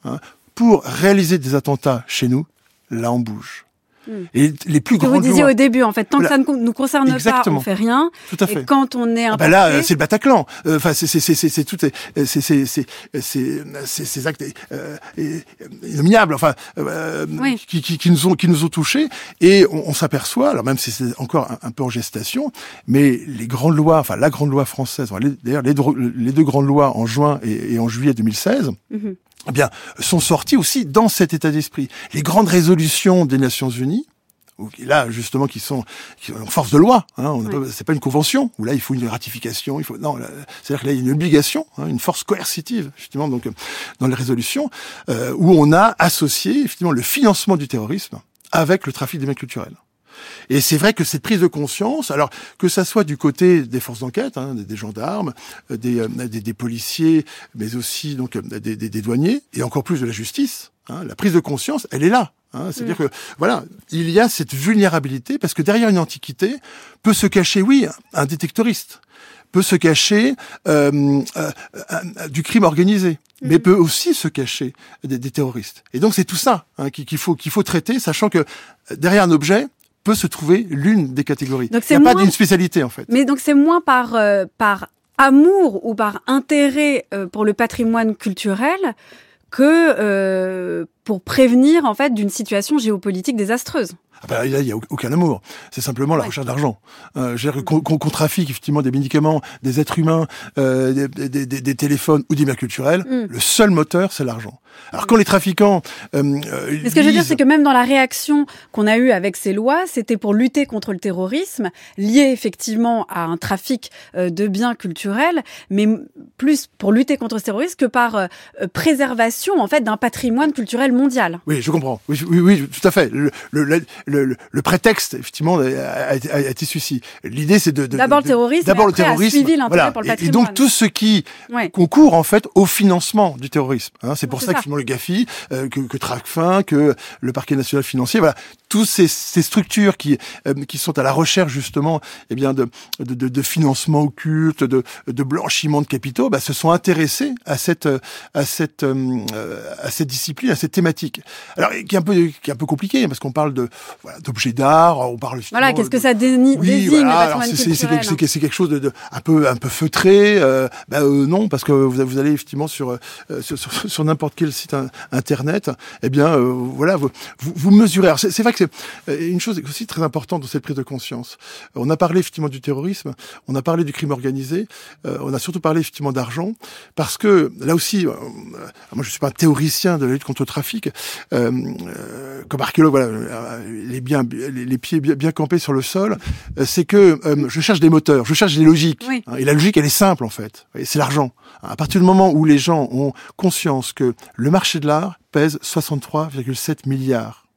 pour réaliser des attentats chez nous, là on bouge. Et les plus grandes lois... Vous disiez au début, en fait, tant voilà. que ça ne nous concerne Exactement. pas, on fait rien. Tout à fait. Et quand on est impacté... Ah ben là, c'est le Bataclan. Enfin, euh, c'est c'est c'est c'est c'est tout, c'est c'est c'est c'est c'est ces actes euh, innommables, enfin, euh, oui. qui, qui qui nous ont qui nous ont touchés. Et on, on s'aperçoit, alors même si c'est encore un, un peu en gestation, mais les grandes lois, enfin la grande loi française, enfin, les, d'ailleurs les deux, les deux grandes lois en juin et, et en juillet deux mille seize. Mm-hmm. Eh bien, sont sortis aussi dans cet état d'esprit. Les grandes résolutions des Nations Unies, ou là justement qui sont, qui sont en force de loi, hein, on ouais. pas, c'est pas une convention où là il faut une ratification, il faut non, là, c'est-à-dire que là il y a une obligation, hein, une force coercitive justement donc dans les résolutions euh, où on a associé effectivement le financement du terrorisme avec le trafic des biens culturels. Et c'est vrai que cette prise de conscience, alors que ça soit du côté des forces d'enquête, hein, des, des gendarmes, des, euh, des, des policiers, mais aussi donc des, des, des douaniers, et encore plus de la justice, hein, la prise de conscience, elle est là. Hein, c'est-à-dire mmh. que voilà, il y a cette vulnérabilité parce que derrière une antiquité peut se cacher, oui, un détectoriste, peut se cacher euh, euh, euh, du crime organisé, mmh. mais peut aussi se cacher des, des terroristes. Et donc c'est tout ça hein, qu'il, qu'il faut qu'il faut traiter, sachant que derrière un objet peut se trouver l'une des catégories. Donc, il n'y a moins... pas d'une spécialité, en fait. Mais donc, c'est moins par, euh, par amour ou par intérêt euh, pour le patrimoine culturel que euh, pour prévenir, en fait, d'une situation géopolitique désastreuse. Ah ben là, il n'y a aucun amour. C'est simplement la ouais. recherche d'argent. Euh, je veux dire, qu'on, qu'on, qu'on trafique effectivement des médicaments, des êtres humains, euh, des, des, des, des téléphones ou des biens culturels, mm. le seul moteur, c'est l'argent. Alors quand les trafiquants... Euh, euh, Mais ce que je veux dire, c'est que même dans la réaction qu'on a eue avec ces lois, c'était pour lutter contre le terrorisme, lié effectivement à un trafic euh, de biens culturels, mais plus pour lutter contre ce terrorisme que par euh, préservation en fait d'un patrimoine culturel mondial. Oui, je comprends. Oui, oui, oui tout à fait. Le, le, le, le, le prétexte, effectivement, a, a, a été celui-ci. L'idée, c'est de... de d'abord de, le terrorisme, d'abord et après, le terrorisme, a suivi l'intérêt voilà. pour le patrimoine. Et donc tout ce qui ouais. concourt en fait au financement du terrorisme. Hein, c'est pour c'est ça, ça que le GAFI, euh, que, que Tracfin, que le Parquet national financier, voilà, tous ces, ces structures qui euh, qui sont à la recherche justement, eh bien de de, de, de financement occulte, de, de blanchiment de capitaux, bah, se sont intéressés à cette à cette euh, à cette discipline, à cette thématique. Alors qui est un peu qui est un peu compliqué parce qu'on parle de voilà, d'objets d'art, on parle voilà, qu'est-ce que ça déni- oui, désigne voilà, le patrimoine alors c'est, culturel c'est, c'est, c'est, c'est quelque chose de, de un peu un peu feutré. Euh, bah euh, non, parce que vous, vous allez effectivement sur euh, sur, sur, sur n'importe quel site internet, eh bien euh, voilà, vous, vous, vous mesurez. Alors c'est, c'est vrai que c'est une chose aussi très importante dans cette prise de conscience. On a parlé effectivement du terrorisme, on a parlé du crime organisé, euh, on a surtout parlé effectivement d'argent, parce que là aussi, euh, moi je suis pas un théoricien de la lutte contre le trafic, euh, euh, comme archéologue, voilà, les bien les, les pieds bien, bien campés sur le sol, euh, c'est que euh, je cherche des moteurs, je cherche des logiques, oui. hein, et la logique elle est simple en fait, et c'est l'argent. À partir du moment où les gens ont conscience que le marché de l'art pèse soixante-trois virgule sept milliards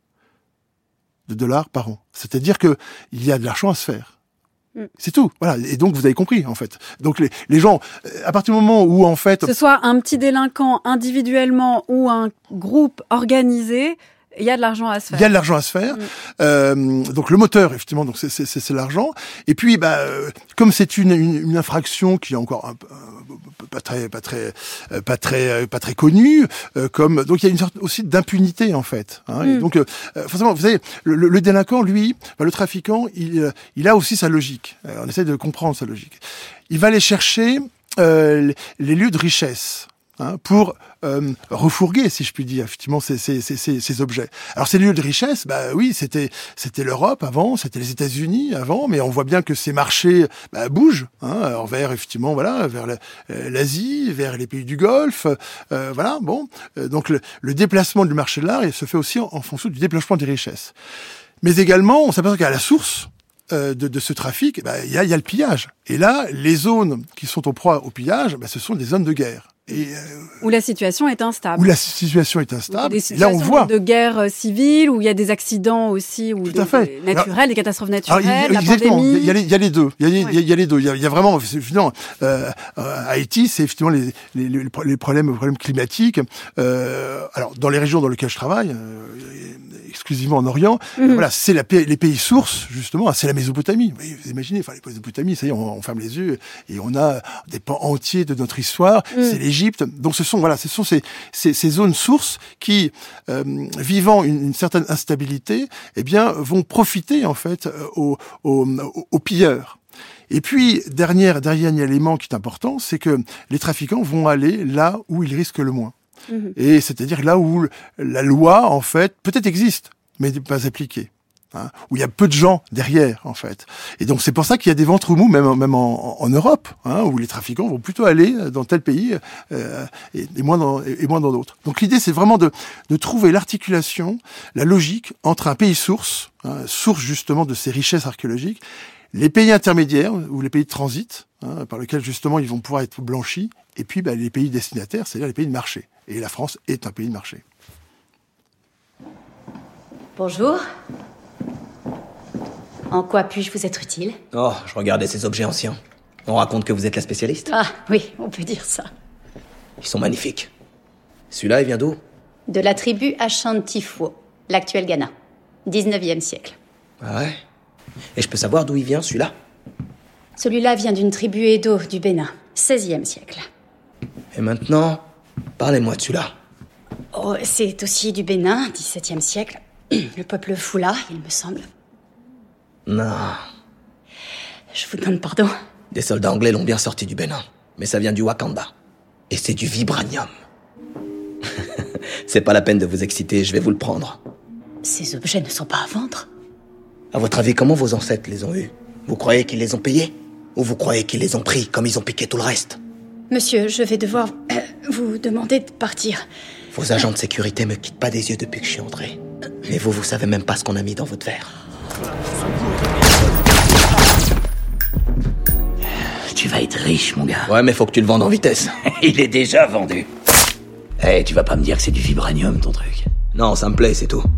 de dollars par an, c'est-à-dire que il y a de l'argent à se faire. Mm. C'est tout. Voilà. Et donc, vous avez compris, en fait. Donc, les, les gens, à partir du moment où, en fait... Que ce soit un petit délinquant individuellement ou un groupe organisé, il y a de l'argent à se faire. Il y a de l'argent à se faire. Mmh. Euh, donc le moteur, effectivement, donc c'est, c'est, c'est, c'est l'argent. Et puis, bah, euh, comme c'est une, une, une infraction qui est encore un peu euh, pas très, pas très, euh, pas très, euh, pas très connue, euh, comme donc il y a une sorte aussi d'impunité en fait. Hein, mmh. Et donc, euh, forcément, vous savez, le, le, le délinquant, lui, bah, le trafiquant, il, il a aussi sa logique. Euh, on essaie de comprendre sa logique. Il va aller chercher euh, les lieux de richesse. Hein, pour euh, refourguer, si je puis dire, effectivement, ces, ces, ces, ces objets. Alors, ces lieux de richesse, bah oui, c'était c'était l'Europe avant, c'était les États-Unis avant, mais on voit bien que ces marchés bah, bougent, hein, alors vers effectivement, voilà, vers la, euh, l'Asie, vers les pays du Golfe, euh, voilà. Bon, euh, donc le, le déplacement du marché de l'art, il se fait aussi en, en fonction du déplacement des richesses. Mais également, on s'aperçoit qu'à la source euh, de, de ce trafic, bah, il y a, il y a le pillage. Et là, les zones qui sont en proie au pillage, bah, ce sont des zones de guerre. Et euh, où la situation est instable. Où la situation est instable. Des et là, on voit de guerre civile, où il y a des accidents aussi, ou Tout des, à fait. des naturelles, alors, des catastrophes naturelles, alors, la exactement. pandémie. Il y a les, il y a les deux. Il y a les, ouais. il y a les deux. Il y a, il y a vraiment, effectivement, euh, Haïti, c'est effectivement les, les, les problèmes, les problèmes climatiques. Euh, alors, dans les régions dans lesquelles je travaille, euh, exclusivement en Orient, mm-hmm. voilà, c'est la, les pays sources, justement, c'est la Mésopotamie. Vous imaginez, enfin, les Mésopotamies, ça y est, on, on ferme les yeux et on a des pans entiers de notre histoire. Mm. C'est l'Égypte. Donc, ce sont voilà, ce sont ces, ces, ces zones sources qui, euh, vivant une, une certaine instabilité, eh bien, vont profiter en fait aux, aux, aux pilleurs. Et puis, dernier, dernier élément qui est important, c'est que les trafiquants vont aller là où ils risquent le moins. Mmh. Et c'est-à-dire là où la loi, en fait, peut-être existe, mais n'est pas appliquée. Hein, où il y a peu de gens derrière, en fait. Et donc, c'est pour ça qu'il y a des ventres mous, même, même en, en Europe, hein, où les trafiquants vont plutôt aller dans tel pays euh, et, et, moins dans, et moins dans d'autres. Donc, l'idée, c'est vraiment de, de trouver l'articulation, la logique entre un pays source, hein, source justement de ces richesses archéologiques, les pays intermédiaires, ou les pays de transit, hein, par lesquels justement ils vont pouvoir être blanchis, et puis bah, les pays destinataires, c'est-à-dire les pays de marché. Et la France est un pays de marché. Bonjour. En quoi puis-je vous être utile ? Oh, je regardais ces objets anciens. On raconte que vous êtes la spécialiste ? Ah, oui, on peut dire ça. Ils sont magnifiques. Celui-là, il vient d'où ? De la tribu Ashanti-Fo, l'actuel Ghana. dix-neuvième siècle. Ah ouais ? Et je peux savoir d'où il vient, celui-là ? Celui-là vient d'une tribu Edo du Bénin, seizième siècle. Et maintenant, parlez-moi de celui-là. Oh, c'est aussi du Bénin, dix-septième siècle. Le peuple Fula, il me semble. Non. Je vous demande pardon. Des soldats anglais l'ont bien sorti du Bénin. Mais ça vient du Wakanda. Et c'est du vibranium. C'est pas la peine de vous exciter, je vais vous le prendre. Ces objets ne sont pas à vendre ? À votre avis, comment vos ancêtres les ont eus? Vous croyez qu'ils les ont payés? Ou vous croyez qu'ils les ont pris comme ils ont piqué tout le reste? Monsieur, je vais devoir euh, vous demander de partir. Vos agents de sécurité me quittent pas des yeux depuis que je suis entré. Mais vous, vous savez même pas ce qu'on a mis dans votre verre. Tu vas être riche, mon gars. Ouais, mais faut que tu le vendes en vitesse. Il est déjà vendu. Eh, hey, tu vas pas me dire que c'est du vibranium, ton truc? Non, ça me plaît, c'est tout.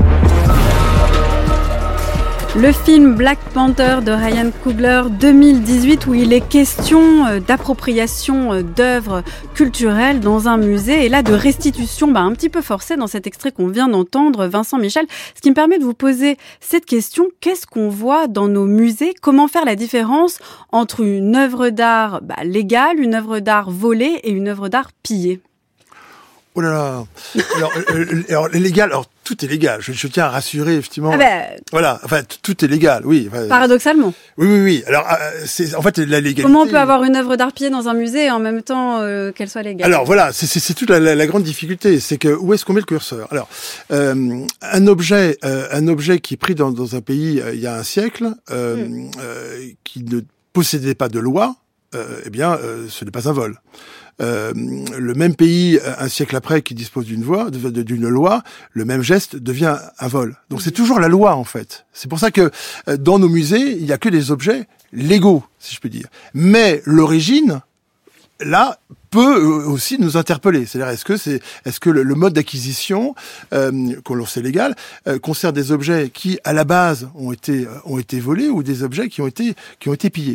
Le film Black Panther de Ryan Coogler deux mille dix-huit, où il est question d'appropriation d'œuvres culturelles dans un musée et là de restitution bah, un petit peu forcée dans cet extrait qu'on vient d'entendre, Vincent Michel. Ce qui me permet de vous poser cette question, qu'est-ce qu'on voit dans nos musées? Comment faire la différence entre une œuvre d'art bah, légale, une œuvre d'art volée et une œuvre d'art pillée? Oh là là. Alors, euh, alors légal, alors tout est légal. Je, je tiens à rassurer effectivement. Ah ben, voilà, enfin tout est légal, oui. Enfin, paradoxalement. Oui, oui, oui. Alors, euh, c'est en fait la légalité. Comment on peut avoir une œuvre d'art pillée dans un musée et en même temps euh, qu'elle soit légale? Alors voilà, c'est, c'est, c'est toute la, la, la grande difficulté, c'est que où est-ce qu'on met le curseur? Alors, euh, un objet, euh, un objet qui est pris dans, dans un pays euh, il y a un siècle, euh, mm. euh, qui ne possédait pas de loi, euh, eh bien, euh, ce n'est pas un vol. Euh, le même pays, un siècle après, qui dispose d'une voie, d'une loi, le même geste devient un vol. Donc c'est toujours la loi, en fait. C'est pour ça que dans nos musées, il n'y a que des objets légaux, si je peux dire. Mais l'origine, là, peut aussi nous interpeller. C'est-à-dire, est-ce que c'est, est-ce que le, le mode d'acquisition, euh, qu'on l'on sait légal, euh, concerne des objets qui, à la base, ont été ont été volés ou des objets qui ont été qui ont été pillés.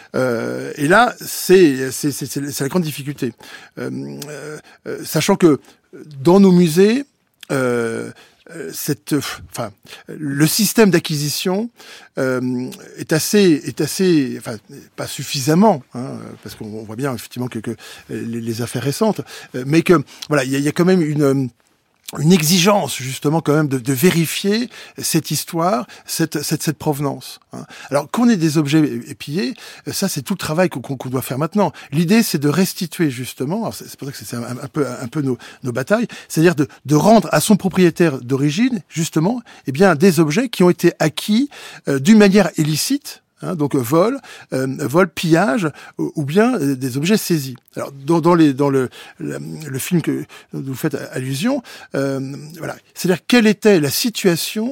Euh, et là, c'est c'est c'est, c'est la grande difficulté, euh, euh, sachant que dans nos musées. Euh, cette, enfin, le système d'acquisition euh, est assez, est assez, enfin, pas suffisamment, hein, parce qu'on voit bien effectivement que, que les, les affaires récentes, mais que voilà, il y, y a quand même une une exigence justement quand même de, de vérifier cette histoire, cette cette, cette provenance. Hein. Alors qu'on ait des objets pillés, ça c'est tout le travail qu'on, qu'on doit faire maintenant. L'idée c'est de restituer justement, alors c'est, c'est pour ça que c'est un, un peu un peu nos, nos batailles, c'est-à-dire de, de rendre à son propriétaire d'origine justement, eh bien des objets qui ont été acquis euh, d'une manière illicite. Hein, donc vol, euh, vol, pillage, ou, ou bien euh, des objets saisis. Alors dans, dans, les, dans le, le, le film que vous faites allusion, euh, voilà, c'est-à-dire quelle était la situation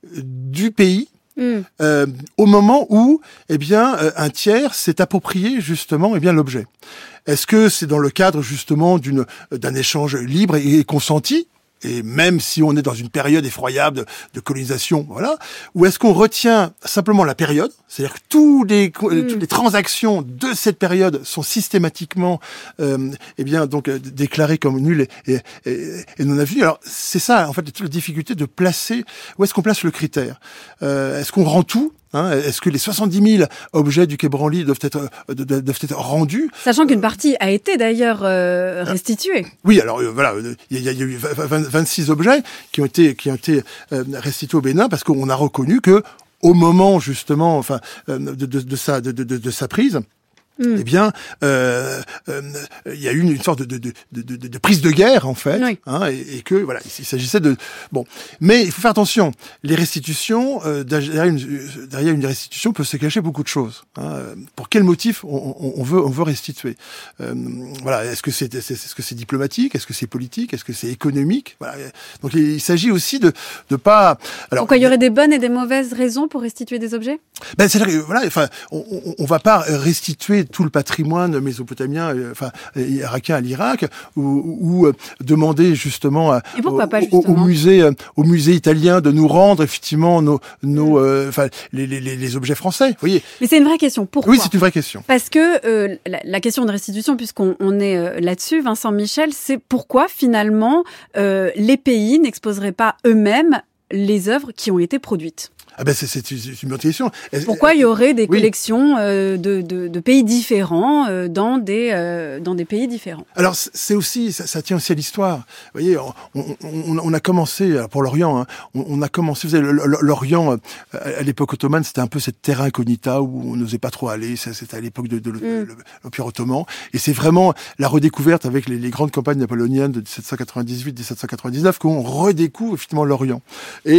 du pays mm. euh, au moment où, eh bien, euh, un tiers s'est approprié justement, eh bien, l'objet. Est-ce que c'est dans le cadre justement d'une d'un échange libre et, et consenti? Et même si on est dans une période effroyable de, de colonisation, voilà, ou est-ce qu'on retient simplement la période, c'est-à-dire que tous les, mmh. toutes les transactions de cette période sont systématiquement, euh, eh bien, donc euh, déclarées comme nulles et, et, et non avenues. Alors c'est ça, en fait, toute la difficulté de placer. Où est-ce qu'on place le critère? euh, Est-ce qu'on rend tout? Hein, est-ce que les soixante-dix mille objets du Quai Branly doivent être euh, doivent être rendus? Sachant qu'une partie a été d'ailleurs euh, restituée. Oui, alors euh, voilà, il y, y a eu vingt-six objets qui ont été qui ont été euh, restitués au Bénin parce qu'on a reconnu que au moment justement, enfin, euh, de, de, de sa de, de, de sa prise. Mmh. Eh bien, euh, euh, il y a eu une, une sorte de, de, de, de, de prise de guerre en fait, oui. hein, et, et que voilà, il s'agissait de bon. Mais il faut faire attention. Les restitutions, euh, derrière, une, derrière une restitution, peut se cacher beaucoup de choses. Hein. Pour quel motif on, on, on veut on veut restituer? euh, Voilà. Est-ce que c'est, c'est est-ce que c'est diplomatique? Est-ce que c'est politique? Est-ce que c'est économique? Voilà. Donc il, il s'agit aussi de de pas. Alors, pourquoi il y aurait des bonnes et des mauvaises raisons pour restituer des objets? Ben c'est voilà. Enfin, on, on, on va pas restituer tout le patrimoine mésopotamien, euh, enfin irakien à l'Irak, ou, ou euh, demander justement, à, Et pourquoi au, pas, justement au, au musée, euh, au musée italien de nous rendre effectivement nos, nos, euh, enfin les, les, les objets français. Vous voyez. Mais c'est une vraie question. Pourquoi? Oui, c'est une vraie question. Parce que euh, la, la question de restitution, puisqu'on on est euh, là-dessus, Vincent Michel, c'est pourquoi finalement euh, les pays n'exposeraient pas eux-mêmes les œuvres qui ont été produites. Ah ben c'est, c'est une bonne question. Pourquoi il y aurait des oui. collections euh, de, de, de pays différents euh, dans des euh, dans des pays différents? Alors c'est aussi ça, ça tient aussi à l'histoire. Vous voyez, on, on, on a commencé pour l'Orient. Hein, on, on a commencé. Vous savez, l'Orient à l'époque ottomane, c'était un peu cette terra incognita où on n'osait pas trop aller. C'était à l'époque de, de mm. l'Empire ottoman. Et c'est vraiment la redécouverte avec les, les grandes campagnes napoléoniennes de dix-sept cent quatre-vingt-dix-huit dix-sept cent quatre-vingt-dix-neuf qu'on redécouvre effectivement l'Orient. Et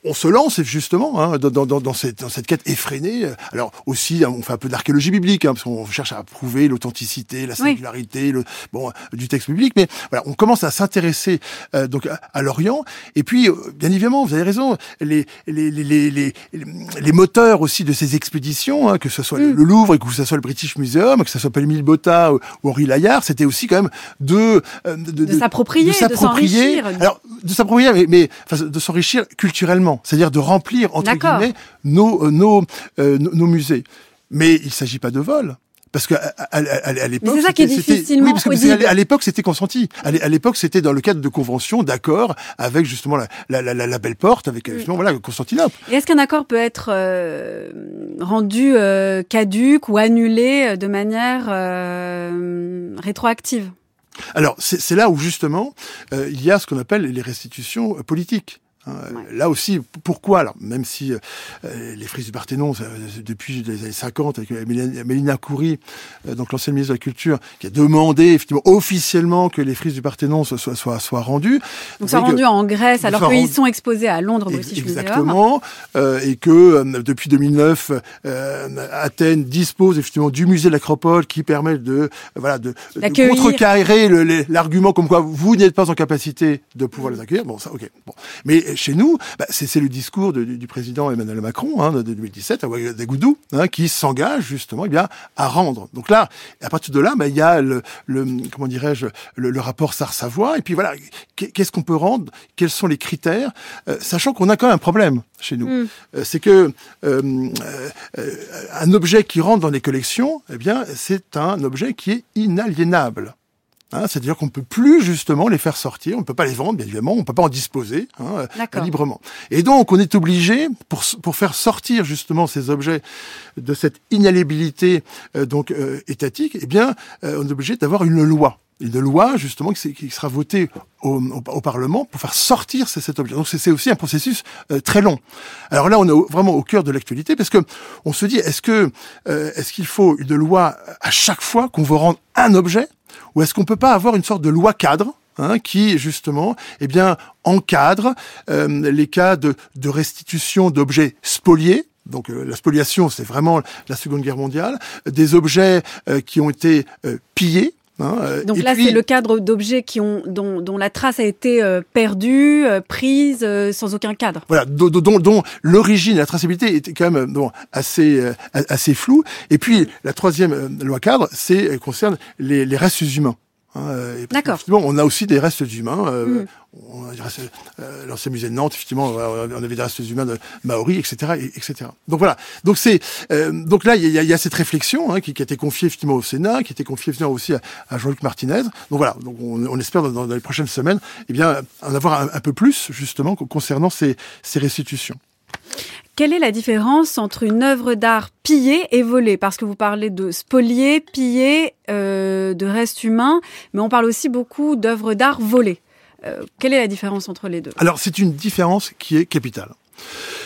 on se lance justement hein, dans, dans, dans, cette, dans cette quête effrénée. Alors aussi, on fait un peu d'archéologie biblique, hein, parce qu'on cherche à prouver l'authenticité, la singularité, oui. le, bon, du texte biblique. Mais voilà, on commence à s'intéresser euh, donc à, à l'Orient. Et puis, euh, bien évidemment, vous avez raison, les, les, les, les, les, les moteurs aussi de ces expéditions, hein, que ce soit mm. le Louvre, que ce soit le British Museum, que ce soit Paul-Émile Botta ou, ou Henri Layard, c'était aussi quand même de euh, de, de, de s'approprier, de, de s'enrichir, alors de s'approprier, mais, mais enfin, de s'enrichir culturellement. C'est-à-dire de remplir, entre D'accord. guillemets, nos, nos, euh, nos, nos musées. Mais il ne s'agit pas de vol. Parce que à, à, à, à l'époque, c'est ça qui est difficilement oui, parce que audible. À l'époque, c'était consenti. À l'époque, c'était dans le cadre de conventions, d'accords, avec justement la, la, la, la, la belle porte, avec justement voilà Constantinople. Et est-ce qu'un accord peut être euh, rendu euh, caduque ou annulé de manière euh, rétroactive ? Alors, c'est, c'est là où justement euh, il y a ce qu'on appelle les restitutions politiques. Ouais. Là aussi, pourquoi alors même si euh, les frises du Parthénon, euh, depuis les années cinquante, avec Mélina, Mélina Khoury, euh, donc l'ancienne ministre de la Culture, qui a demandé effectivement officiellement que les frises du Parthénon soient soient soient, soient rendues. Donc ça rendu en Grèce, alors qu'ils rendu... sont exposés à Londres, au British Museum. Exactement, euh, et que euh, depuis deux mille neuf, euh, Athènes dispose effectivement du musée de l'Acropole, qui permet de euh, voilà de, de contrecarrer le, le, l'argument comme quoi vous n'êtes pas en capacité de pouvoir les accueillir. Bon, ça, ok. Bon, mais chez nous, bah, c'est, c'est le discours de, du, du président Emmanuel Macron hein, de deux mille dix-sept à Ouagadougou hein, qui s'engage justement eh bien à rendre. Donc là, à partir de là, bah, il y a le, le comment dirais-je le, le rapport Sarr-Savoie et puis voilà, qu'est-ce qu'on peut rendre, quels sont les critères, euh, sachant qu'on a quand même un problème chez nous, mm. euh, c'est que euh, euh, un objet qui rentre dans les collections, eh bien, c'est un objet qui est inaliénable. Hein, c'est-à-dire qu'on ne peut plus justement les faire sortir, on ne peut pas les vendre, bien évidemment, on ne peut pas en disposer hein, euh, librement. Et donc, on est obligé, pour, pour faire sortir justement ces objets de cette inaliénabilité euh, donc euh, étatique, eh bien, euh, on est obligé d'avoir une loi. Une loi, justement, qui, qui sera votée au, au, au Parlement pour faire sortir ces, cet objet. Donc, c'est, c'est aussi un processus euh, très long. Alors là, on est au, vraiment au cœur de l'actualité parce que on se dit, est-ce que euh, est-ce qu'il faut une loi à chaque fois qu'on veut rendre un objet? Ou est-ce qu'on peut pas avoir une sorte de loi cadre hein, qui, justement, eh bien, encadre euh, les cas de, de restitution d'objets spoliés. Donc euh, la spoliation, c'est vraiment la Seconde Guerre mondiale. Des objets euh, qui ont été euh, pillés. Hein, euh, Donc là, puis, c'est le cadre d'objets qui ont, dont, dont la trace a été euh, perdue, euh, prise, euh, sans aucun cadre. Voilà, dont, dont, dont l'origine, la traçabilité était quand même bon, assez, euh, assez floue. Et puis, la troisième euh, loi cadre, c'est euh, concerne les, les restes humains. Hein, et D'accord. Effectivement, on a aussi des restes humains. Euh, mmh. on a des restes, euh, l'ancien musée de Nantes, effectivement, on avait des restes humains de Maoris, et cetera, et, et cetera. Donc voilà. Donc c'est euh, donc là, il y a, y a cette réflexion hein, qui, qui a été confiée effectivement au Sénat, qui a été confiée effectivement aussi à, à Jean-Luc Martinez. Donc voilà. Donc on, on espère dans, dans les prochaines semaines, eh bien, en avoir un, un peu plus justement concernant ces, ces restitutions. Quelle est la différence entre une œuvre d'art pillée et volée ? Parce que vous parlez de spoliés, pillés, euh, de restes humains, mais on parle aussi beaucoup d'œuvres d'art volées. Euh, quelle est la différence entre les deux ? Alors, c'est une différence qui est capitale. Pourquoi ?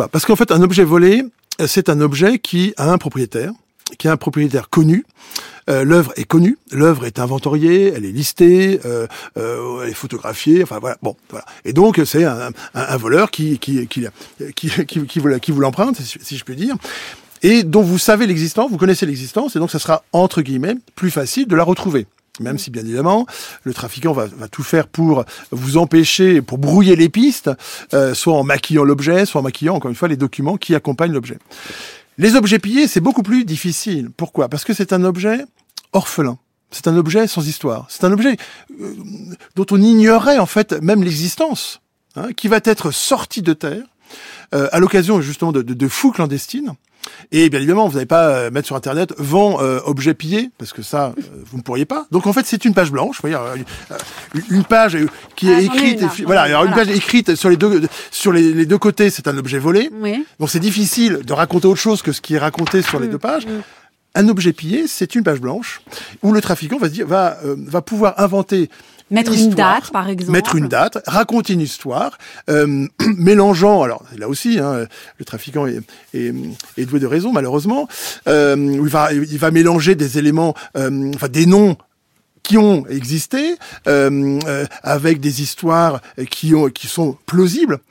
Parce qu'en fait, un objet volé, c'est un objet qui a un propriétaire, qui a un propriétaire connu. Euh, l'œuvre est connue, l'œuvre est inventoriée, elle est listée, euh, euh, elle est photographiée, enfin voilà, bon, voilà. Et donc c'est un, un, un voleur qui qui qui qui qui, qui, vous, qui vous l'emprunte, si, si je puis dire, et dont vous savez l'existence, vous connaissez l'existence, et donc ça sera entre guillemets plus facile de la retrouver. Même si, bien évidemment, le trafiquant va, va tout faire pour vous empêcher, pour brouiller les pistes, euh, soit en maquillant l'objet, soit en maquillant, encore une fois, les documents qui accompagnent l'objet. Les objets pillés, c'est beaucoup plus difficile. Pourquoi ? Parce que c'est un objet orphelin. C'est un objet sans histoire. C'est un objet euh, dont on ignorait, en fait, même l'existence, hein, qui va être sorti de terre euh, à l'occasion, justement, de, de, de fouilles clandestines. Et bien évidemment, vous n'allez pas euh, mettre sur Internet « vend euh, objet pillé », parce que ça, euh, vous ne pourriez pas. Donc en fait, c'est une page blanche, vous voyez, euh, une page euh, qui ah, est écrite, et, voilà, alors une page écrite sur les deux sur les, les deux côtés, c'est un objet volé. Oui. Donc c'est difficile de raconter autre chose que ce qui est raconté sur mmh, les deux pages. Mmh. Un objet pillé, c'est une page blanche où le trafiquant va se dire, va euh, va pouvoir inventer. Mettre une, une date, par exemple. Mettre une date, raconter une histoire, euh, mélangeant. Alors là aussi, hein, le trafiquant est, est, est doué de raison, malheureusement. Euh, il va, il va mélanger des éléments, euh, enfin des noms qui ont existé, euh, euh, avec des histoires qui ont, qui sont plausibles.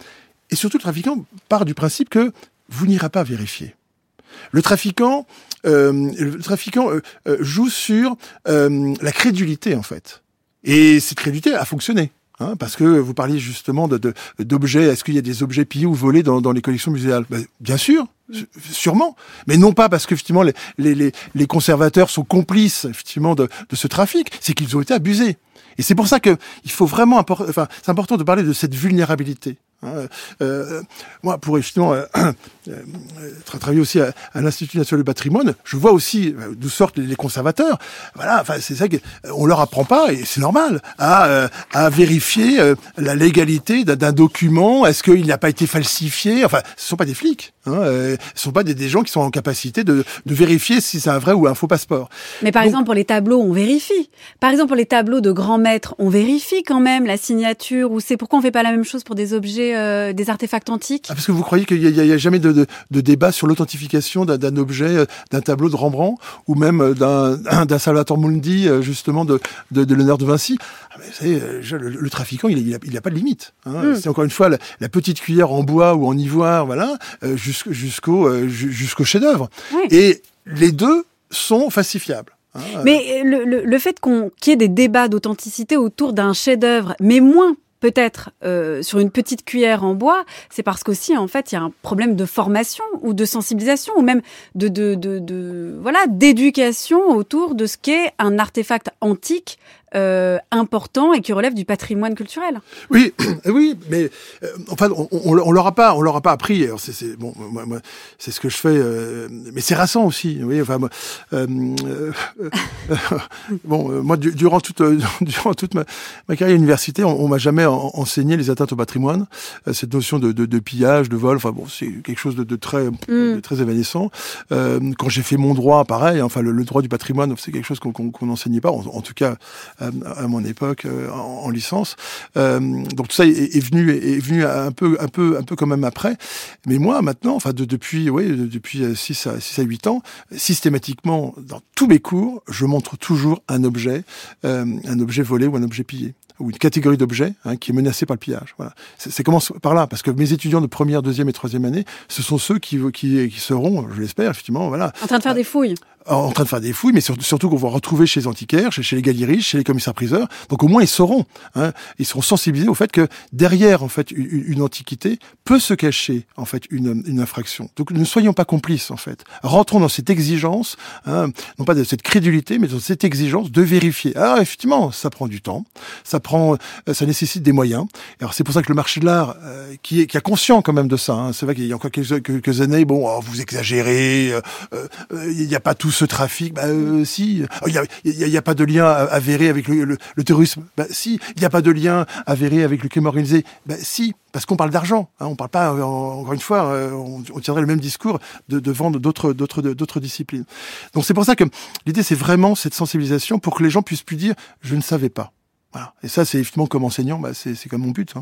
et surtout, le trafiquant part du principe que vous n'irez pas vérifier. Le trafiquant, euh, le trafiquant euh, euh, joue sur euh, la crédulité, en fait. Et cette crédulité a fonctionné. Hein, parce que vous parliez justement de, de, d'objets. Est-ce qu'il y a des objets pillés ou volés dans, dans les collections muséales? Ben, bien sûr, sûrement. Mais non pas parce que effectivement les, les, les, les conservateurs sont complices effectivement de, de ce trafic, c'est qu'ils ont été abusés. Et c'est pour ça que il faut vraiment, impor- enfin, c'est important de parler de cette vulnérabilité. Hein, euh, moi, pour justement euh, euh, travailler aussi à, à l'Institut national du patrimoine, je vois aussi euh, d'où sortent les, les conservateurs. Voilà, enfin, c'est ça qu'on leur apprend pas, et c'est normal, à, euh, à vérifier euh, la légalité d'un, d'un document. Est-ce qu'il n'a pas été falsifié? Enfin, ce sont pas des flics. Hein, euh, ce sont pas des, des gens qui sont en capacité de, de vérifier si c'est un vrai ou un faux passeport. Mais par Donc, exemple, pour les tableaux, on vérifie. Par exemple, pour les tableaux de grands maîtres, on vérifie quand même la signature. Ou c'est pourquoi on fait pas la même chose pour des objets, euh, des artefacts antiques? Ah, parce que vous croyez qu'il y a, il y a jamais de, de, de débat sur l'authentification d'un, d'un objet, d'un tableau de Rembrandt ou même d'un, d'un Salvator Mundi, justement de, de, de Léonard de Vinci. Ah, mais vous savez, le, le trafiquant, il n'a il a pas de limite. Hein. Mm. C'est encore une fois la, la petite cuillère en bois ou en ivoire, voilà, euh, jusqu'au, jusqu'au, euh, jusqu'au chef-d'œuvre. Oui. Et les deux sont falsifiables. Hein. Mais le, le, le fait qu'on, qu'il y ait des débats d'authenticité autour d'un chef-d'œuvre, mais moins peut-être euh, sur une petite cuillère en bois, c'est parce qu'aussi en fait il y a un problème de formation ou de sensibilisation ou même de de de, de voilà d'éducation autour de ce qu'est un artefact antique euh, important et qui relève du patrimoine culturel. Oui, oui, mais euh, enfin on, on, on leur a pas on leur a pas appris. Alors c'est, c'est bon, moi, moi c'est ce que je fais, euh, mais c'est rassant aussi. Oui, enfin moi, euh, euh, euh, bon, euh, moi du, durant toute euh, durant toute ma, ma carrière universitaire, on, on m'a jamais enseigné les atteintes au patrimoine, cette notion de, de, de pillage, de vol. Enfin bon, c'est quelque chose de, de très, mm. de très évanescent. Euh, quand j'ai fait mon droit, pareil. Enfin, le, le droit du patrimoine, c'est quelque chose qu'on qu'on n'enseignait pas, en, en tout cas à, à mon époque en, en licence. Euh, donc tout ça est, est venu, est venu un peu, un peu, un peu quand même après. Mais moi, maintenant, enfin de, depuis, oui, de, depuis six à huit ans, systématiquement dans tous mes cours, je montre toujours un objet, euh, un objet volé ou un objet pillé, ou une catégorie d'objets hein, qui est menacée par le pillage. Voilà. C'est, c'est commence par là, parce que mes étudiants de première, deuxième et troisième année, ce sont ceux qui, qui, qui seront, je l'espère, effectivement, voilà. En train de faire des fouilles. En train de faire des fouilles, mais surtout, surtout qu'on va retrouver chez les antiquaires, chez, chez les galeries, chez les commissaires-priseurs. Donc au moins ils sauront, hein, ils seront sensibilisés au fait que derrière en fait une, une antiquité peut se cacher en fait une, une infraction. Donc ne soyons pas complices en fait. Rentrons dans cette exigence, hein, non pas de cette crédulité, mais dans cette exigence de vérifier. Alors effectivement, ça prend du temps, ça prend, ça nécessite des moyens. Alors c'est pour ça que le marché de l'art, euh, qui est qui a conscient quand même de ça. Hein, c'est vrai qu'il y a encore quelques, quelques années, bon, oh, vous exagérez, euh, euh, il n'y a pas tout ce trafic, bah euh, si, il y a, y, a, y a pas de lien avéré avec le, le, le terrorisme, bah si, il n'y a pas de lien avéré avec le crime organisé, bah si, parce qu'on parle d'argent, hein, on parle pas, euh, encore une fois, euh, on, on tiendrait le même discours de, devant d'autres, d'autres, d'autres disciplines. Donc c'est pour ça que l'idée c'est vraiment cette sensibilisation pour que les gens puissent plus dire je ne savais pas. Voilà. Et ça c'est effectivement comme enseignant, bah c'est, c'est comme mon but. Hein.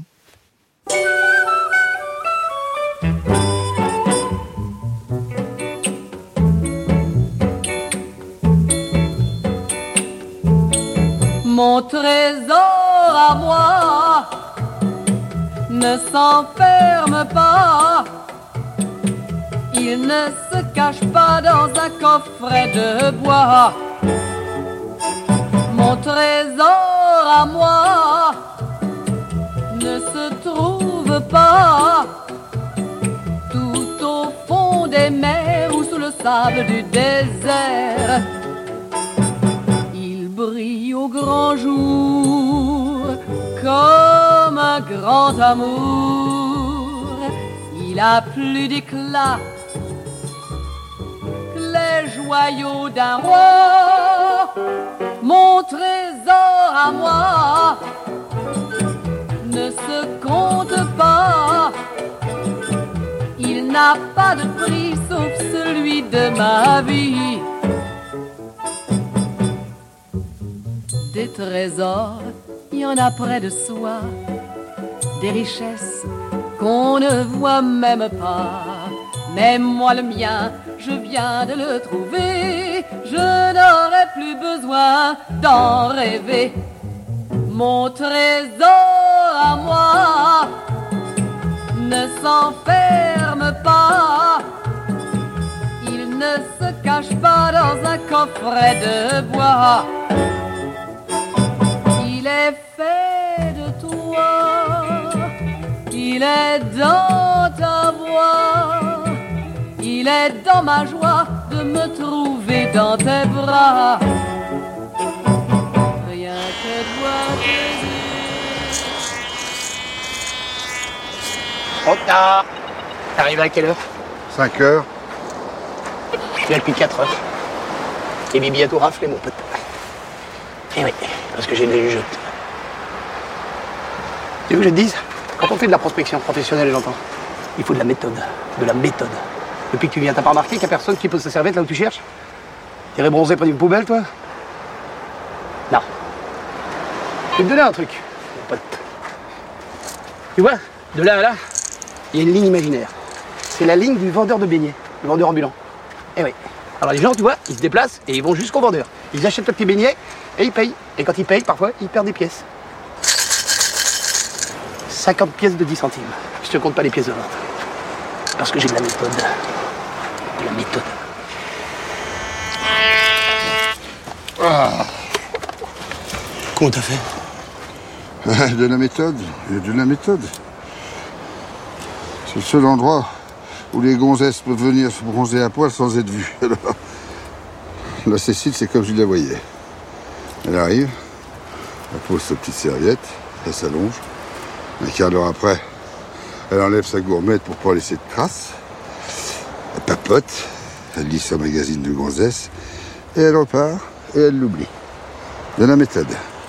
Mon trésor à moi ne s'enferme pas, il ne se cache pas dans un coffret de bois. Mon trésor à moi ne se trouve pas tout au fond des mers ou sous le sable du désert. Brille au grand jour comme un grand amour. Il a plus d'éclat que les joyaux d'un roi. Mon trésor à moi ne se compte pas. Il n'a pas de prix sauf celui de ma vie. Des trésors, il y en a près de soi, des richesses qu'on ne voit même pas. Mais moi le mien, je viens de le trouver, je n'aurai plus besoin d'en rêver. Mon trésor à moi ne s'enferme pas. Il ne se cache pas dans un coffret de bois. Il est fait de toi. Il est dans ta voix. Il est dans ma joie de me trouver dans tes bras. Rien que toi, Jésus. Trop tard. T'arrives à quelle heure? cinq heures. Je suis là depuis quatre heures. Et Bibi a tout raflé, mon pote. Eh oui, parce que j'ai de la jugeote. Tu veux que je te dise? Quand on fait de la prospection professionnelle, j'entends, il faut de la méthode. De la méthode. Depuis que tu viens, t'as pas remarqué qu'il y a personne qui pose sa serviette là où tu cherches? T'irais bronzer près d'une poubelle, toi? Non. Je vais te donner un truc, mon pote. Tu vois, de là à là, il y a une ligne imaginaire. C'est la ligne du vendeur de beignets, le vendeur ambulant. Eh oui. Alors les gens, tu vois, ils se déplacent et ils vont jusqu'au vendeur. Ils achètent le petit beignet et ils payent. Et quand ils payent, parfois, ils perdent des pièces. cinquante pièces de dix centimes. Je te compte pas les pièces de vente. Parce que j'ai de la méthode. De la méthode. Ah. Comment t'as fait? De la méthode, de la méthode. C'est le seul endroit où les gonzesses peuvent venir se bronzer à poil sans être vues. Alors, la Cécile, c'est comme je la voyais. Elle arrive, elle pose sa petite serviette, elle s'allonge. Un quart d'heure après, elle enlève sa gourmette pour pas laisser de traces. Elle papote, elle lit son magazine de gonzesses, et elle repart, et elle l'oublie. De la méthode.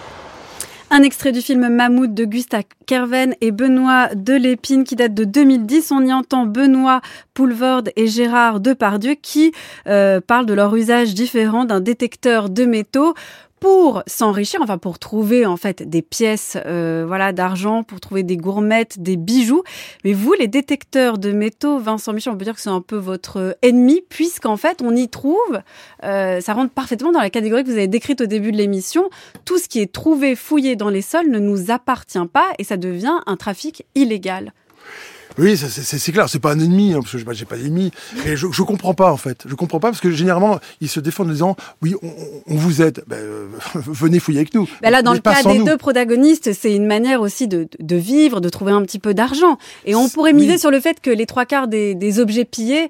Un extrait du film Mammouth de Gustave Kerven et Benoît Delépine qui date de deux mille dix. On y entend Benoît Poulvorde et Gérard Depardieu qui euh, parlent de leur usage différent d'un détecteur de métaux pour s'enrichir, enfin pour trouver en fait des pièces euh, voilà d'argent, pour trouver des gourmettes, des bijoux. Mais vous, les détecteurs de métaux, Vincent Michel, on peut dire que c'est un peu votre ennemi, puisqu'en fait on y trouve, euh, ça rentre parfaitement dans la catégorie que vous avez décrite au début de l'émission, tout ce qui est trouvé, fouillé dans les sols ne nous appartient pas et ça devient un trafic illégal. Oui, c'est, c'est, c'est clair, c'est pas un ennemi, hein, parce que j'ai pas, j'ai pas d'ennemi. Et je, je comprends pas, en fait. Je comprends pas, parce que généralement, ils se défendent en disant, oui, on, on vous aide. Ben, euh, venez fouiller avec nous. Ben là, dans mais le cas des nous. deux protagonistes, c'est une manière aussi de, de vivre, de trouver un petit peu d'argent. Et on pourrait miser oui. sur le fait que les trois quarts des, des objets pillés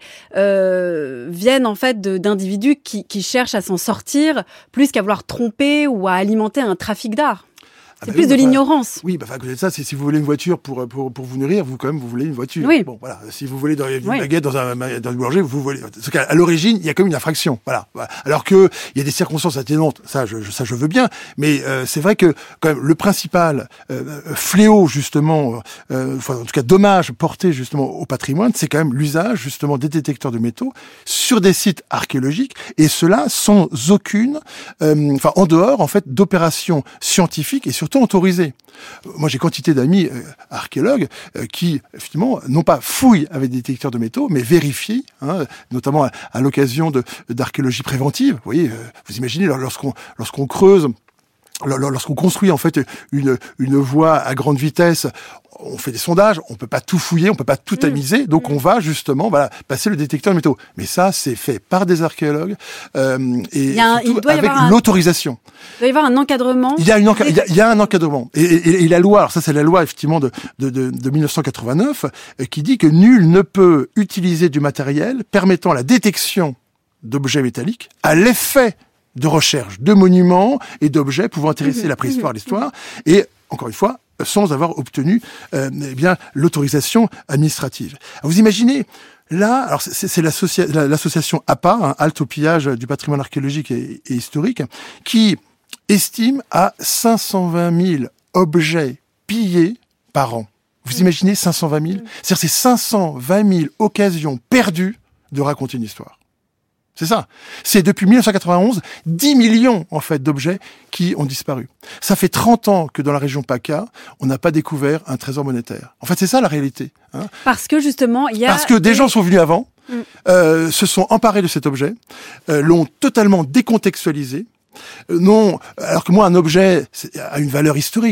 euh, viennent, en fait, de, d'individus qui, qui cherchent à s'en sortir, plus qu'à vouloir tromper ou à alimenter un trafic d'art. C'est ah bah plus oui, de bah, l'ignorance. Oui, bah, à côté de ça, c'est si vous voulez une voiture pour, pour, pour vous nourrir, vous, quand même, vous voulez une voiture. Oui. Bon, voilà. Si vous voulez dans une oui. baguette dans un, dans une boulanger, vous voulez. Parce qu'à l'origine, il y a comme une infraction. Voilà. Alors que, il y a des circonstances atténuantes. Ça, je, ça, je veux bien. Mais, euh, c'est vrai que, quand même, le principal, euh, fléau, justement, euh, enfin, en tout cas, dommage porté, justement, au patrimoine, c'est quand même l'usage, justement, des détecteurs de métaux sur des sites archéologiques. Et cela sans aucune, euh, enfin, en dehors, en fait, d'opérations scientifiques et surtout autorisées. Moi, j'ai quantité d'amis euh, archéologues euh, qui, effectivement, non pas fouillent avec des détecteurs de métaux, mais vérifient, hein, notamment à, à l'occasion de, d'archéologie préventive. Vous voyez, euh, vous imaginez, lorsqu'on, lorsqu'on creuse, lorsqu'on construit en fait une, une voie à grande vitesse, on fait des sondages, on peut pas tout fouiller, on peut pas tout tamiser, donc on va justement voilà passer le détecteur de métaux. Mais ça, c'est fait par des archéologues euh, et un, surtout avec l'autorisation. Il doit y avoir un encadrement. Il y a, une enca- il y a, il y a un encadrement. Et, et, et la loi, alors ça c'est la loi effectivement de, de, de, de dix-neuf cent quatre-vingt-neuf, euh, qui dit que nul ne peut utiliser du matériel permettant la détection d'objets métalliques à l'effet de recherche de monuments et d'objets pouvant intéresser mmh, la préhistoire, mmh, l'histoire, mmh. et encore une fois, sans avoir obtenu euh, eh bien l'autorisation administrative. Alors, vous imaginez, là, alors c'est, c'est l'associa- l'association A P A, hein, Halte au pillage du patrimoine archéologique et, et historique, qui estime à cinq cent vingt mille objets pillés par an. Vous imaginez cinq cent vingt mille ? C'est-à-dire c'est cinq cent vingt mille occasions perdues de raconter une histoire. C'est ça. C'est depuis dix-neuf cent quatre-vingt-onze, dix millions, en fait, d'objets qui ont disparu. Ça fait trente ans que dans la région PACA, on n'a pas découvert un trésor monétaire. En fait, c'est ça la réalité. Hein. Parce que justement, il y a... Parce que des gens sont venus avant, mm. euh, se sont emparés de cet objet, euh, l'ont totalement décontextualisé. Euh, non, alors que moi, un objet a une valeur historique.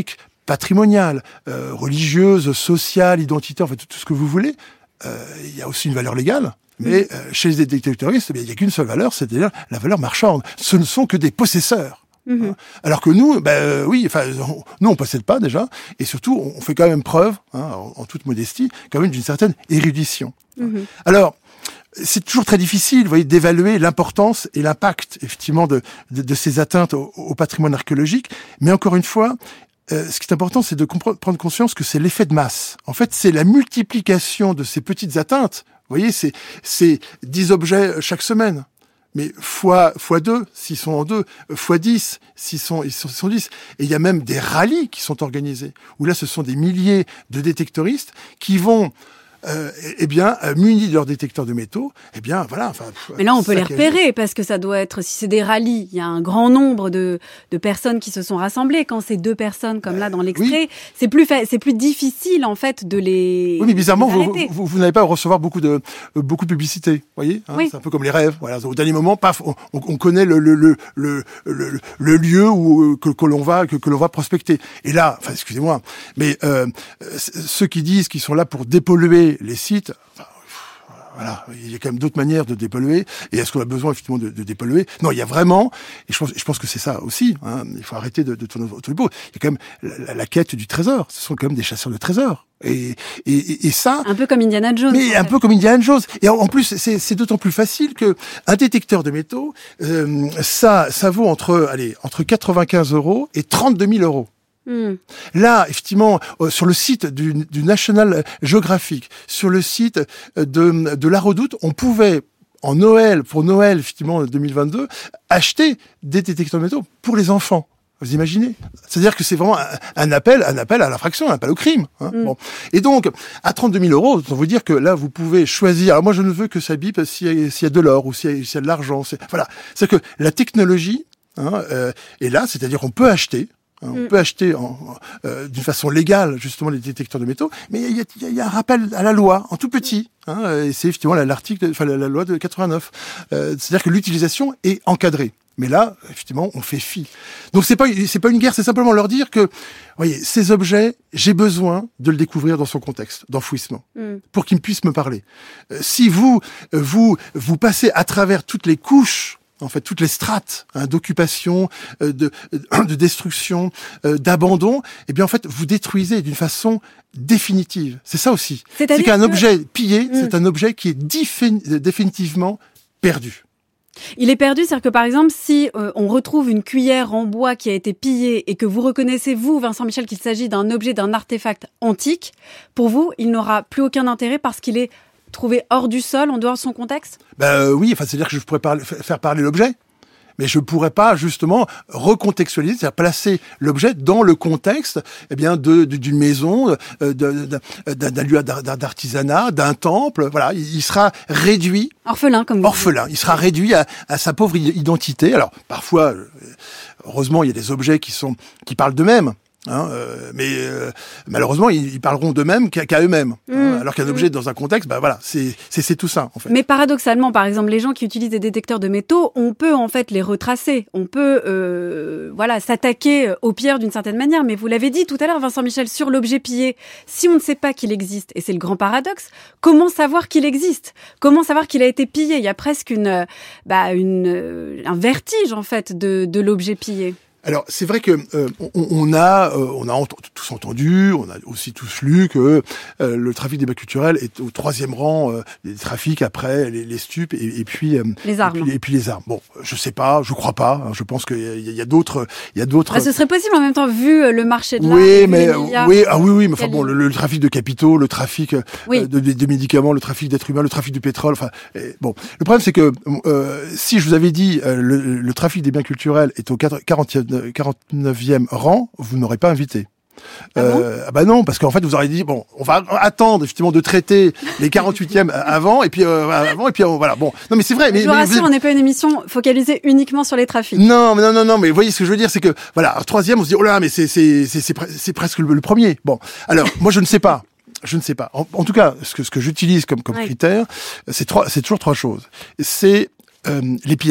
patrimoniale, euh, religieuse, sociale, identitaire, en fait, tout ce que vous voulez. Euh, il y a aussi une valeur légale. Mais euh, chez les détectoristes, il n'y a qu'une seule valeur, c'est-à-dire la valeur marchande. Ce ne sont que des possesseurs. Mmh. Hein. Alors que nous, ben euh, oui, enfin, on, nous on possède pas déjà, et surtout on fait quand même preuve, hein, en, en toute modestie, quand même d'une certaine érudition. Mmh. Alors. C'est toujours très difficile, vous voyez, d'évaluer l'importance et l'impact, effectivement, de, de, de ces atteintes au, au patrimoine archéologique. Mais encore une fois, euh, ce qui est important, c'est de comprendre, prendre conscience que c'est l'effet de masse. En fait, c'est la multiplication de ces petites atteintes. Vous voyez, c'est, c'est dix objets chaque semaine. Mais fois, fois deux, s'ils sont en deux, fois dix, s'ils sont, ils sont, ils sont dix. Et il y a même des rallyes qui sont organisés, où là, ce sont des milliers de détectoristes qui vont, Euh, eh bien, euh, munis de leur détecteur de métaux, eh bien, voilà. Enfin, mais là, on peut les repérer parce que ça doit être, si c'est des rallyes, il y a un grand nombre de, de personnes qui se sont rassemblées. Quand c'est deux personnes, comme là dans l'extrait, oui. c'est plus fa- c'est plus difficile en fait de les. Oui, mais bizarrement, vous, vous, vous n'allez pas recevoir beaucoup de euh, beaucoup de publicité, vous voyez. Hein, oui. C'est un peu comme les rêves. Voilà, au dernier moment, paf, on, on connaît le le le le le, le lieu où que, que l'on va que, que l'on va prospecter. Et là, enfin, excusez-moi, mais euh, ceux qui disent qu'ils sont là pour dépolluer les sites, enfin, voilà, il y a quand même d'autres manières de dépolluer. Et est-ce qu'on a besoin effectivement de, de dépolluer ? Non, il y a vraiment, et je pense, je pense que c'est ça aussi. Hein, il faut arrêter de, de tourner autour du pot. Il y a quand même la, la quête du trésor. Ce sont quand même des chasseurs de trésors. Et, et, et ça, un peu comme Indiana Jones. Mais un peu comme Indiana Jones. Et en, en plus, c'est, c'est d'autant plus facile que un détecteur de métaux, euh, ça, ça vaut entre, allez, entre quatre-vingt-quinze euros et trente-deux mille euros. Mmh. Là, effectivement, euh, sur le site du, du National Geographic, sur le site de, de La Redoute, on pouvait, en Noël, pour Noël, effectivement, deux mille vingt-deux, acheter des détecteurs de métaux pour les enfants. Vous imaginez ? C'est-à-dire que c'est vraiment un, un appel, un appel à l'infraction, un appel au crime. Hein. Mmh. Bon. Et donc, à trente-deux mille euros, autant vous dire que là, vous pouvez choisir. Alors moi, je ne veux que ça bip s'il y a, s'il y a de l'or ou s'il y a, s'il y a de l'argent. C'est, voilà. C'est-à-dire que la technologie hein, euh, est là, c'est-à-dire qu'on peut acheter. On mm. peut acheter en, euh, d'une façon légale justement les détecteurs de métaux, mais il y a, y, a, y a un rappel à la loi en tout petit. Hein, et c'est effectivement l'article, enfin la, la loi de quatre-vingt-neuf. Euh, c'est-à-dire que l'utilisation est encadrée. Mais là, effectivement, on fait fi. Donc c'est pas c'est pas une guerre, c'est simplement leur dire que, voyez, ces objets, j'ai besoin de le découvrir dans son contexte d'enfouissement mm. pour qu'il puisse me parler. Euh, si vous vous vous passez à travers toutes les couches. En fait, toutes les strates hein, d'occupation, euh, de, de destruction, euh, d'abandon, eh bien, en fait, vous détruisez d'une façon définitive. C'est ça aussi. C'est-à-dire c'est qu'un que... objet pillé, mmh. c'est un objet qui est diffé- définitivement perdu. Il est perdu, c'est-à-dire que par exemple, si euh, on retrouve une cuillère en bois qui a été pillée et que vous reconnaissez, vous, Vincent Michel, qu'il s'agit d'un objet, d'un artefact antique, pour vous, il n'aura plus aucun intérêt parce qu'il est trouvé hors du sol, en dehors de son contexte ? Ben euh, oui, enfin c'est-à-dire que je pourrais parler, faire parler l'objet, mais je pourrais pas justement recontextualiser, c'est-à-dire placer l'objet dans le contexte, eh bien de, de d'une maison, de, de, de, d'un lieu d'artisanat, d'un temple. Voilà, il sera réduit orphelin, comme vous orphelin. dites. Il sera réduit à, à sa pauvre identité. Alors parfois, heureusement, il y a des objets qui sont qui parlent d'eux-mêmes. Hein, euh, mais euh, malheureusement, ils, ils parleront d'eux-mêmes qu'à, qu'à eux-mêmes. Mmh, hein, alors qu'un mmh. objet dans un contexte, bah voilà, c'est, c'est c'est tout ça en fait. Mais paradoxalement, par exemple, les gens qui utilisent des détecteurs de métaux, on peut en fait les retracer, on peut euh, voilà s'attaquer aux pierres d'une certaine manière. Mais vous l'avez dit tout à l'heure, Vincent Michel, sur l'objet pillé, si on ne sait pas qu'il existe, et c'est le grand paradoxe, comment savoir qu'il existe ? Comment savoir qu'il a été pillé ? Il y a presque une bah une un vertige en fait de de l'objet pillé. Alors c'est vrai que euh, on, on a euh, on a ent- tous entendu, on a aussi tous lu que euh, le trafic des biens culturels est au troisième rang euh, des trafics après les, les stupes et, et puis euh, les armes. Et puis, et puis les armes. Bon, je sais pas, je crois pas. Hein, je pense qu'il y a, il y a d'autres, il y a d'autres. Bah, ce serait possible en même temps vu le marché de l'art. Oui, mais oui, ah oui, oui, mais enfin bon, le, le trafic de capitaux, le trafic oui. euh, de, de, de médicaments, le trafic d'êtres humains, le trafic du pétrole. Enfin et, bon, le problème c'est que euh, si je vous avais dit euh, le, le trafic des biens culturels est au quarante-neuvième rang, vous n'aurez pas invité. Ah euh, bon ah bah non, parce qu'en fait vous aurez dit bon, on va attendre effectivement de traiter les quarante-huitièmes avant et puis euh, avant et puis euh, voilà bon. Non mais c'est vrai. Je mais, vous mais rassure, vous... on n'est pas une émission focalisée uniquement sur les trafics. Non, mais non, non, non, mais vous voyez ce que je veux dire, c'est que voilà, troisième, on se dit oh là, mais c'est c'est c'est c'est, pre- c'est presque le, le premier. Bon, alors moi je ne sais pas. Je ne sais pas. En, en tout cas, ce que ce que j'utilise comme comme oui. critère, c'est trois, c'est toujours trois choses. C'est euh, les pillages.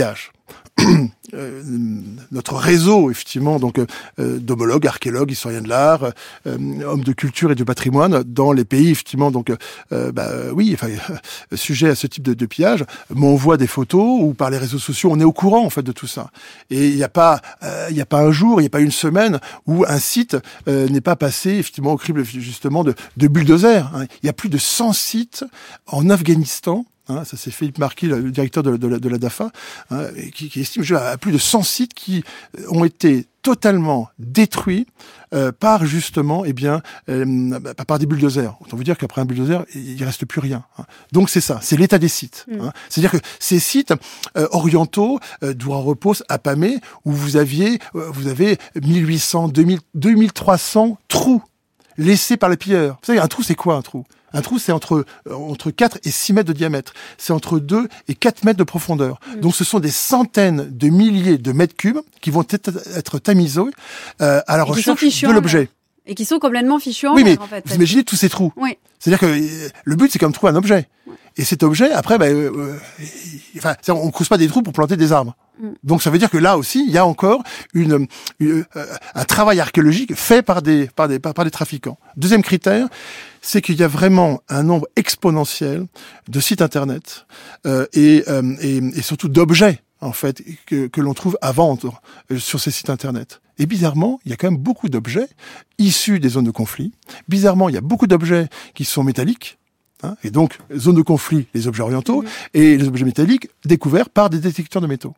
Euh, notre réseau effectivement donc euh, d'homologues, archéologues, historiens de l'art, euh, hommes de culture et de patrimoine dans les pays effectivement donc euh, bah oui enfin euh, sujet à ce type de, de pillage m'envoie des photos ou par les réseaux sociaux on est au courant en fait de tout ça et il n'y a pas euh, il y a pas un jour il n'y a pas une semaine où un site euh, n'est pas passé effectivement au crible justement de, de bulldozers hein. Il y a plus de cent sites en Afghanistan. Hein, ça c'est Philippe Marquis, le directeur de, de, de, de la DAFA, hein, qui, qui estime à plus de cent sites qui ont été totalement détruits euh, par justement, eh bien, euh, par des bulldozers. Autant vous dire qu'après un bulldozer, il reste plus rien. Hein. Donc c'est ça, c'est l'état des sites. Mmh. Hein. C'est-à-dire que ces sites euh, orientaux, euh, Douarnenez, Apamé, où vous aviez, euh, vous avez mille huit cents, deux mille, deux mille trois cents trous laissés par les pilleurs. Vous savez, un trou, c'est quoi un trou ? Un trou, c'est entre, euh, entre quatre et six mètres de diamètre. C'est entre deux et quatre mètres de profondeur. Mmh. Donc, ce sont des centaines de milliers de mètres cubes qui vont être, être tamisés euh, à la et recherche de l'objet. Et qui sont complètement fichus en oui, mer, mais en fait. Vous imaginez tous ces trous. Oui. C'est-à-dire que euh, le but, c'est quand même de trouver un objet. Ouais. Et cet objet, après, bah, euh, euh, enfin, on ne creuse pas des trous pour planter des arbres. Mm. Donc, ça veut dire que là aussi, il y a encore une, une, euh, un travail archéologique fait par des, par des, par, par des trafiquants. Deuxième critère, c'est qu'il y a vraiment un nombre exponentiel de sites Internet euh, et, euh, et, et surtout d'objets, en fait, que, que l'on trouve à vendre euh, sur ces sites Internet. Et bizarrement, il y a quand même beaucoup d'objets issus des zones de conflit. Bizarrement, il y a beaucoup d'objets qui sont métalliques. Hein, et donc, zone de conflit, les objets orientaux, mmh. et les objets métalliques découverts par des détecteurs de métaux.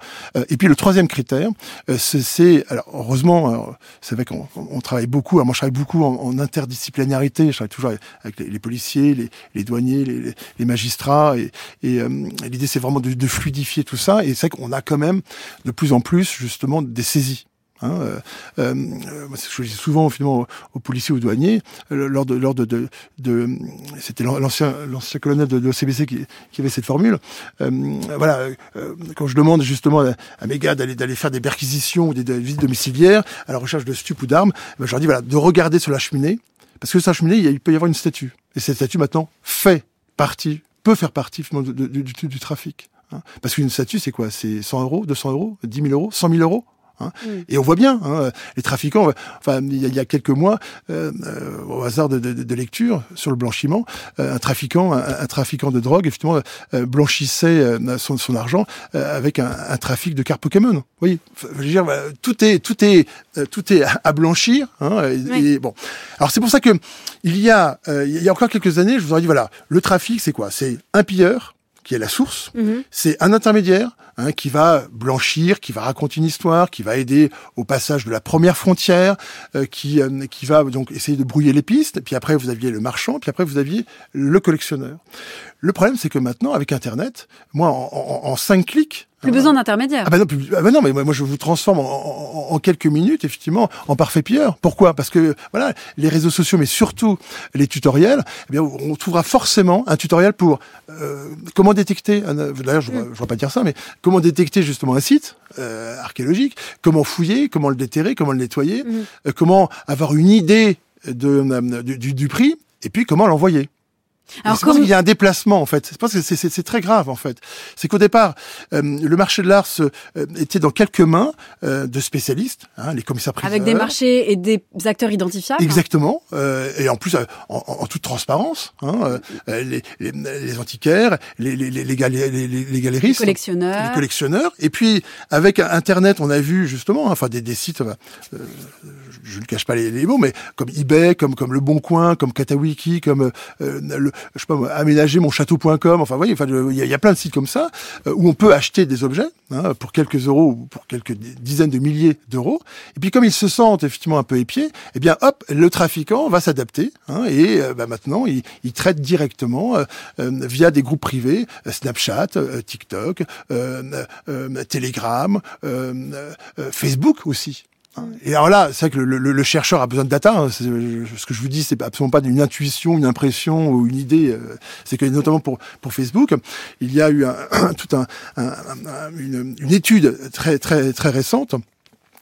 Et puis le troisième critère, c'est, c'est alors heureusement, alors, c'est vrai qu'on on travaille beaucoup. Alors moi, je travaille beaucoup en, en interdisciplinarité. Je travaille toujours avec les, les policiers, les, les douaniers, les, les magistrats. Et, et, euh, et l'idée, c'est vraiment de, de fluidifier tout ça. Et c'est vrai qu'on a quand même de plus en plus justement des saisies. Hein, euh, euh, je dis souvent finalement aux, aux policiers, aux douaniers, euh, lors de, lors de, de, de c'était l'ancien, l'ancien colonel de, de l'O C B C qui, qui avait cette formule. Euh, voilà, euh, quand je demande justement à, à mes gars d'aller, d'aller faire des perquisitions ou des, des visites domiciliaires à la recherche de stupes ou d'armes, ben je leur dis voilà de regarder sur la cheminée, parce que sur la cheminée il, y a, il peut y avoir une statue, et cette statue maintenant fait partie, peut faire partie finalement du, du, du, du trafic. Hein, parce qu'une statue c'est quoi ? C'est cent euros, deux cents euros, dix mille euros, cent mille euros. Hein. Mm. Et on voit bien, hein, les trafiquants, enfin, il y, y a quelques mois, euh, euh, au hasard de, de, de lecture sur le blanchiment, euh, un trafiquant, un, un trafiquant de drogue, effectivement, euh, blanchissait euh, son, son argent euh, avec un, un trafic de cartes Pokémon. Oui, je veux dire, tout est, tout est, euh, tout est à blanchir. Hein, et, oui. et bon, alors c'est pour ça que il y a, euh, il y a encore quelques années, je vous aurais dit voilà, le trafic, c'est quoi ? C'est un pilleur qui est la source, mmh. c'est un intermédiaire hein, qui va blanchir, qui va raconter une histoire, qui va aider au passage de la première frontière, euh, qui euh, qui va donc essayer de brouiller les pistes. Puis après vous aviez le marchand, puis après vous aviez le collectionneur. Le problème c'est que maintenant avec Internet, moi en, en, en cinq clics. Plus besoin d'intermédiaire. Ah ben non, plus, ah ben non, mais moi je vous transforme en, en, en quelques minutes, effectivement, en parfait pilleur. Pourquoi ? Parce que voilà, les réseaux sociaux, mais surtout les tutoriels, eh bien, on trouvera forcément un tutoriel pour euh, comment détecter. Un, d'ailleurs, je ne mm. vais pas dire ça, mais comment détecter justement un site euh, archéologique, comment fouiller, comment le déterrer, comment le nettoyer, mm. euh, comment avoir une idée de, de du, du prix, et puis comment l'envoyer. Alors c'est comme... parce qu'il y a un déplacement en fait. C'est parce que c'est, c'est, c'est très grave en fait. C'est qu'au départ, euh, le marché de l'art se, euh, était dans quelques mains euh, de spécialistes, hein, les commissaires priseurs. Avec des marchés et des acteurs identifiables. Exactement. Euh, et en plus, euh, en, en toute transparence, hein, euh, les, les, les antiquaires, les, les, les, les, galé, les, les galéristes, les collectionneurs, les collectionneurs. Et puis avec Internet, on a vu justement, hein, enfin des, des sites. Euh, je ne cache pas les, les mots, mais comme eBay, comme comme Le Bon Coin, comme Katawiki, comme euh, le je sais pas moi, aménager mon château point com, enfin, vous voyez, enfin, il y, y a plein de sites comme ça, euh, où on peut acheter des objets, hein, pour quelques euros, ou pour quelques dizaines de milliers d'euros. Et puis, comme ils se sentent, effectivement, un peu épiés, eh bien, hop, le trafiquant va s'adapter, hein, et, euh, bah, maintenant, il, il traite directement, euh, euh, via des groupes privés, euh, Snapchat, euh, TikTok, euh, euh, Telegram, euh, euh, Facebook aussi. Et alors là, c'est vrai que le, le, le chercheur a besoin de data. Hein. C'est, ce que je vous dis, c'est absolument pas une intuition, une impression ou une idée. C'est que notamment pour pour Facebook, il y a eu un, un, tout un, un, un une, une étude très très très récente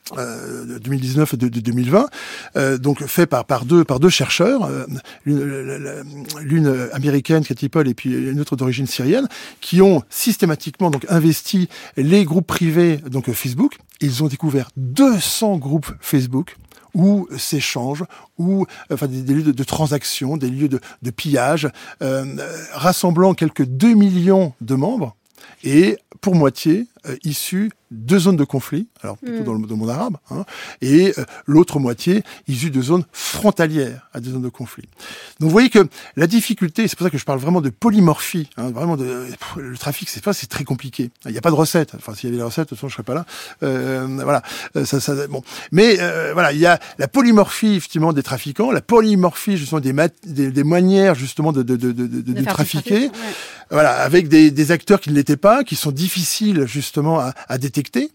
Euh, deux mille dix-neuf et de, de deux mille vingt, euh, donc fait par par deux par deux chercheurs, euh, l'une, l'une américaine, Katy Paul, et puis une autre d'origine syrienne, qui ont systématiquement donc investi les groupes privés donc Facebook. Ils ont découvert deux cents groupes Facebook où s'échangent, où enfin des, des lieux de, de transactions, des lieux de, de pillage, euh, rassemblant quelques deux millions de membres et pour moitié euh, issus de zones de conflit, alors plutôt mmh. dans le, dans le monde arabe, hein, et euh, l'autre moitié issus de zones frontalières à des zones de conflit. Donc vous voyez que la difficulté, c'est pour ça que je parle vraiment de polymorphie, hein, vraiment de pff, le trafic, c'est pas, c'est très compliqué. Il n'y a pas de recette. Enfin, s'il y avait des recettes, de toute façon, je serais pas là. Euh, voilà, ça, ça, bon. Mais euh, voilà, il y a la polymorphie effectivement des trafiquants, la polymorphie justement des, mat- des, des manières justement de, de, de, de, de, de trafiquer. Trafic, ouais. Voilà, avec des, des acteurs qui ne l'étaient pas, qui sont difficiles justement à, à détecter,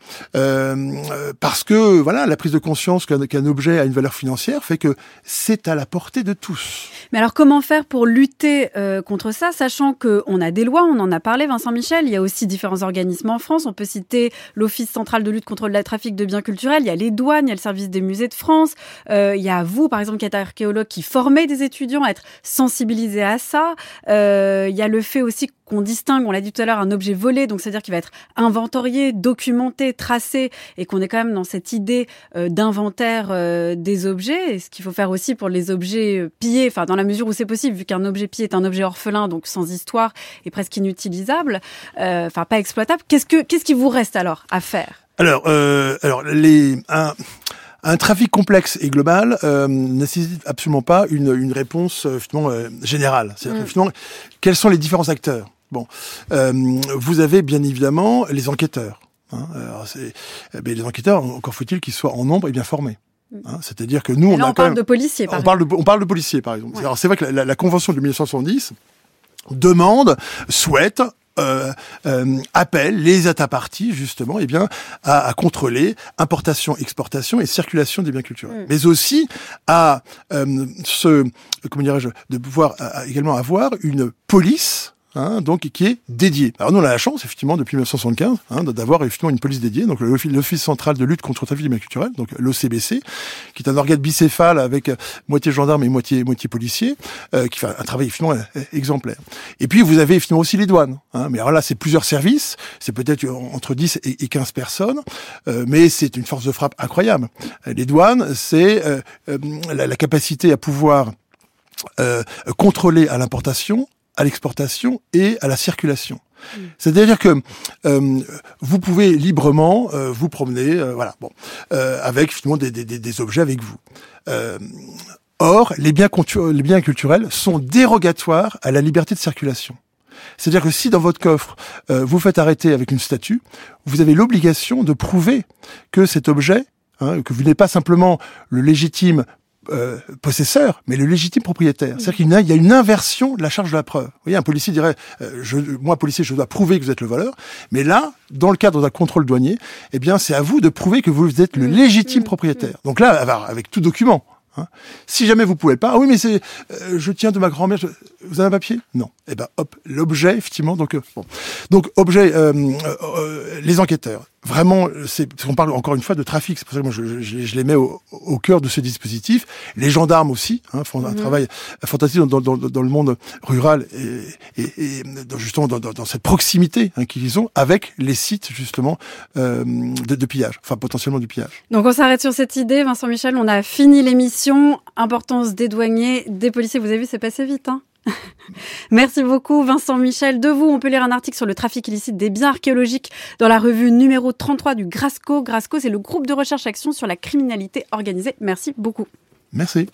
euh, parce que voilà, la prise de conscience qu'un, qu'un objet a une valeur financière fait que c'est à la portée de tous. Mais alors, comment faire pour lutter euh, contre ça, sachant qu'on a des lois, on en a parlé, Vincent Michel, il y a aussi différents organismes en France, on peut citer l'Office central de lutte contre le trafic de biens culturels, il y a les douanes, il y a le service des musées de France, euh, il y a vous, par exemple, qui êtes archéologue, qui formez des étudiants à être sensibilisés à ça, euh, il y a le fait aussi qu'on distingue, on l'a dit tout à l'heure, un objet volé, donc c'est-à-dire qu'il va être inventorié, documenté, tracé, et qu'on est quand même dans cette idée euh, d'inventaire euh, des objets, et ce qu'il faut faire aussi pour les objets euh, pillés, enfin dans la mesure où c'est possible, vu qu'un objet pillé est un objet orphelin, donc sans histoire et presque inutilisable, euh, enfin pas exploitable. Qu'est-ce que qu'est-ce qui vous reste alors à faire ? Alors, euh, alors les un... Un trafic complexe et global euh, nécessite absolument pas une, une réponse euh, finalement euh, générale. C'est-à-dire mmh. que finalement, quels sont les différents acteurs ? Bon, euh, vous avez bien évidemment les enquêteurs. Hein, alors c'est, mais les enquêteurs, encore faut-il qu'ils soient en nombre et bien formés. Hein, c'est-à-dire que nous, et on là, a on quand parle même, de policiers. Par on parle de, on parle de policiers, par exemple. Ouais. Alors c'est vrai que la, la, la convention de dix-neuf cent soixante-dix demande, souhaite. Euh, euh, appelle les États parties justement eh bien à, à contrôler importation, exportation et circulation des biens culturels, mmh. mais aussi à euh, se comment dirais-je de pouvoir à, également avoir une police. Hein, donc qui est dédié. Alors nous on a la chance effectivement depuis dix-neuf cent soixante-quinze hein, d'avoir effectivement une police dédiée, donc l'Office central de lutte contre le trafic des biens culturels, donc l'O C B C, qui est un organe bicéphale avec euh, moitié gendarme et moitié moitié policier, euh, qui fait un travail effectivement euh, exemplaire. Et puis vous avez effectivement aussi les douanes. Hein, mais alors là c'est plusieurs services, c'est peut-être entre dix et quinze personnes, euh, mais c'est une force de frappe incroyable. Les douanes, c'est euh, euh, la, la capacité à pouvoir euh, contrôler à l'importation, à l'exportation et à la circulation. Mmh. C'est-à-dire que euh, vous pouvez librement euh, vous promener, euh, voilà, bon, euh, avec finalement des, des, des objets avec vous. Euh, or, les biens, cultu- les biens culturels sont dérogatoires à la liberté de circulation. C'est-à-dire que si dans votre coffre euh, vous faites arrêter avec une statue, vous avez l'obligation de prouver que cet objet, hein, que vous n'êtes pas simplement le légitime Euh, possesseur, mais le légitime propriétaire. C'est-à-dire qu'il y a, il y a une inversion de la charge de la preuve. Vous voyez, un policier dirait, euh, je, moi, policier, je dois prouver que vous êtes le voleur, mais là, dans le cadre d'un contrôle douanier, eh bien, c'est à vous de prouver que vous êtes le légitime propriétaire. Donc là, avec tout document. Hein. Si jamais vous pouvez pas, ah oui, mais c'est, euh, je tiens de ma grand-mère, je, vous avez un papier ? Non. Eh ben, hop, l'objet, effectivement, donc, euh, bon. Donc, objet, euh, euh, les enquêteurs. Vraiment, c'est, on parle encore une fois de trafic. C'est pour ça que moi, je, je, je les mets au, au cœur de ce dispositif. Les gendarmes aussi, hein, font un mmh. travail fantastique dans, dans, dans le monde rural et, et, et justement dans, dans, dans cette proximité hein, qu'ils ont avec les sites, justement, euh, de, de pillage. Enfin, potentiellement du pillage. Donc, on s'arrête sur cette idée. Vincent Michel, on a fini l'émission. Importance des douaniers, des policiers. Vous avez vu, c'est passé vite, hein. Merci beaucoup Vincent Michel. De vous, on peut lire un article sur le trafic illicite des biens archéologiques dans la revue numéro trente-trois du Grasco. Grasco, c'est le groupe de recherche-action sur la criminalité organisée. Merci beaucoup. Merci.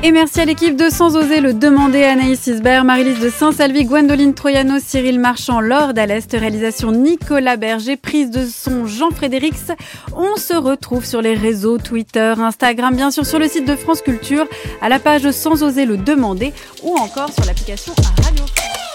Et merci à l'équipe de Sans oser le demander, Anaïs Isbert, Marie-Lise de Saint-Salvi, Gwendoline Troyano, Cyril Marchand, Laure Dallest, réalisation Nicolas Berger, prise de son Jean-Frédérix. On se retrouve sur les réseaux Twitter, Instagram, bien sûr sur le site de France Culture, à la page Sans oser le demander ou encore sur l'application à Radio France.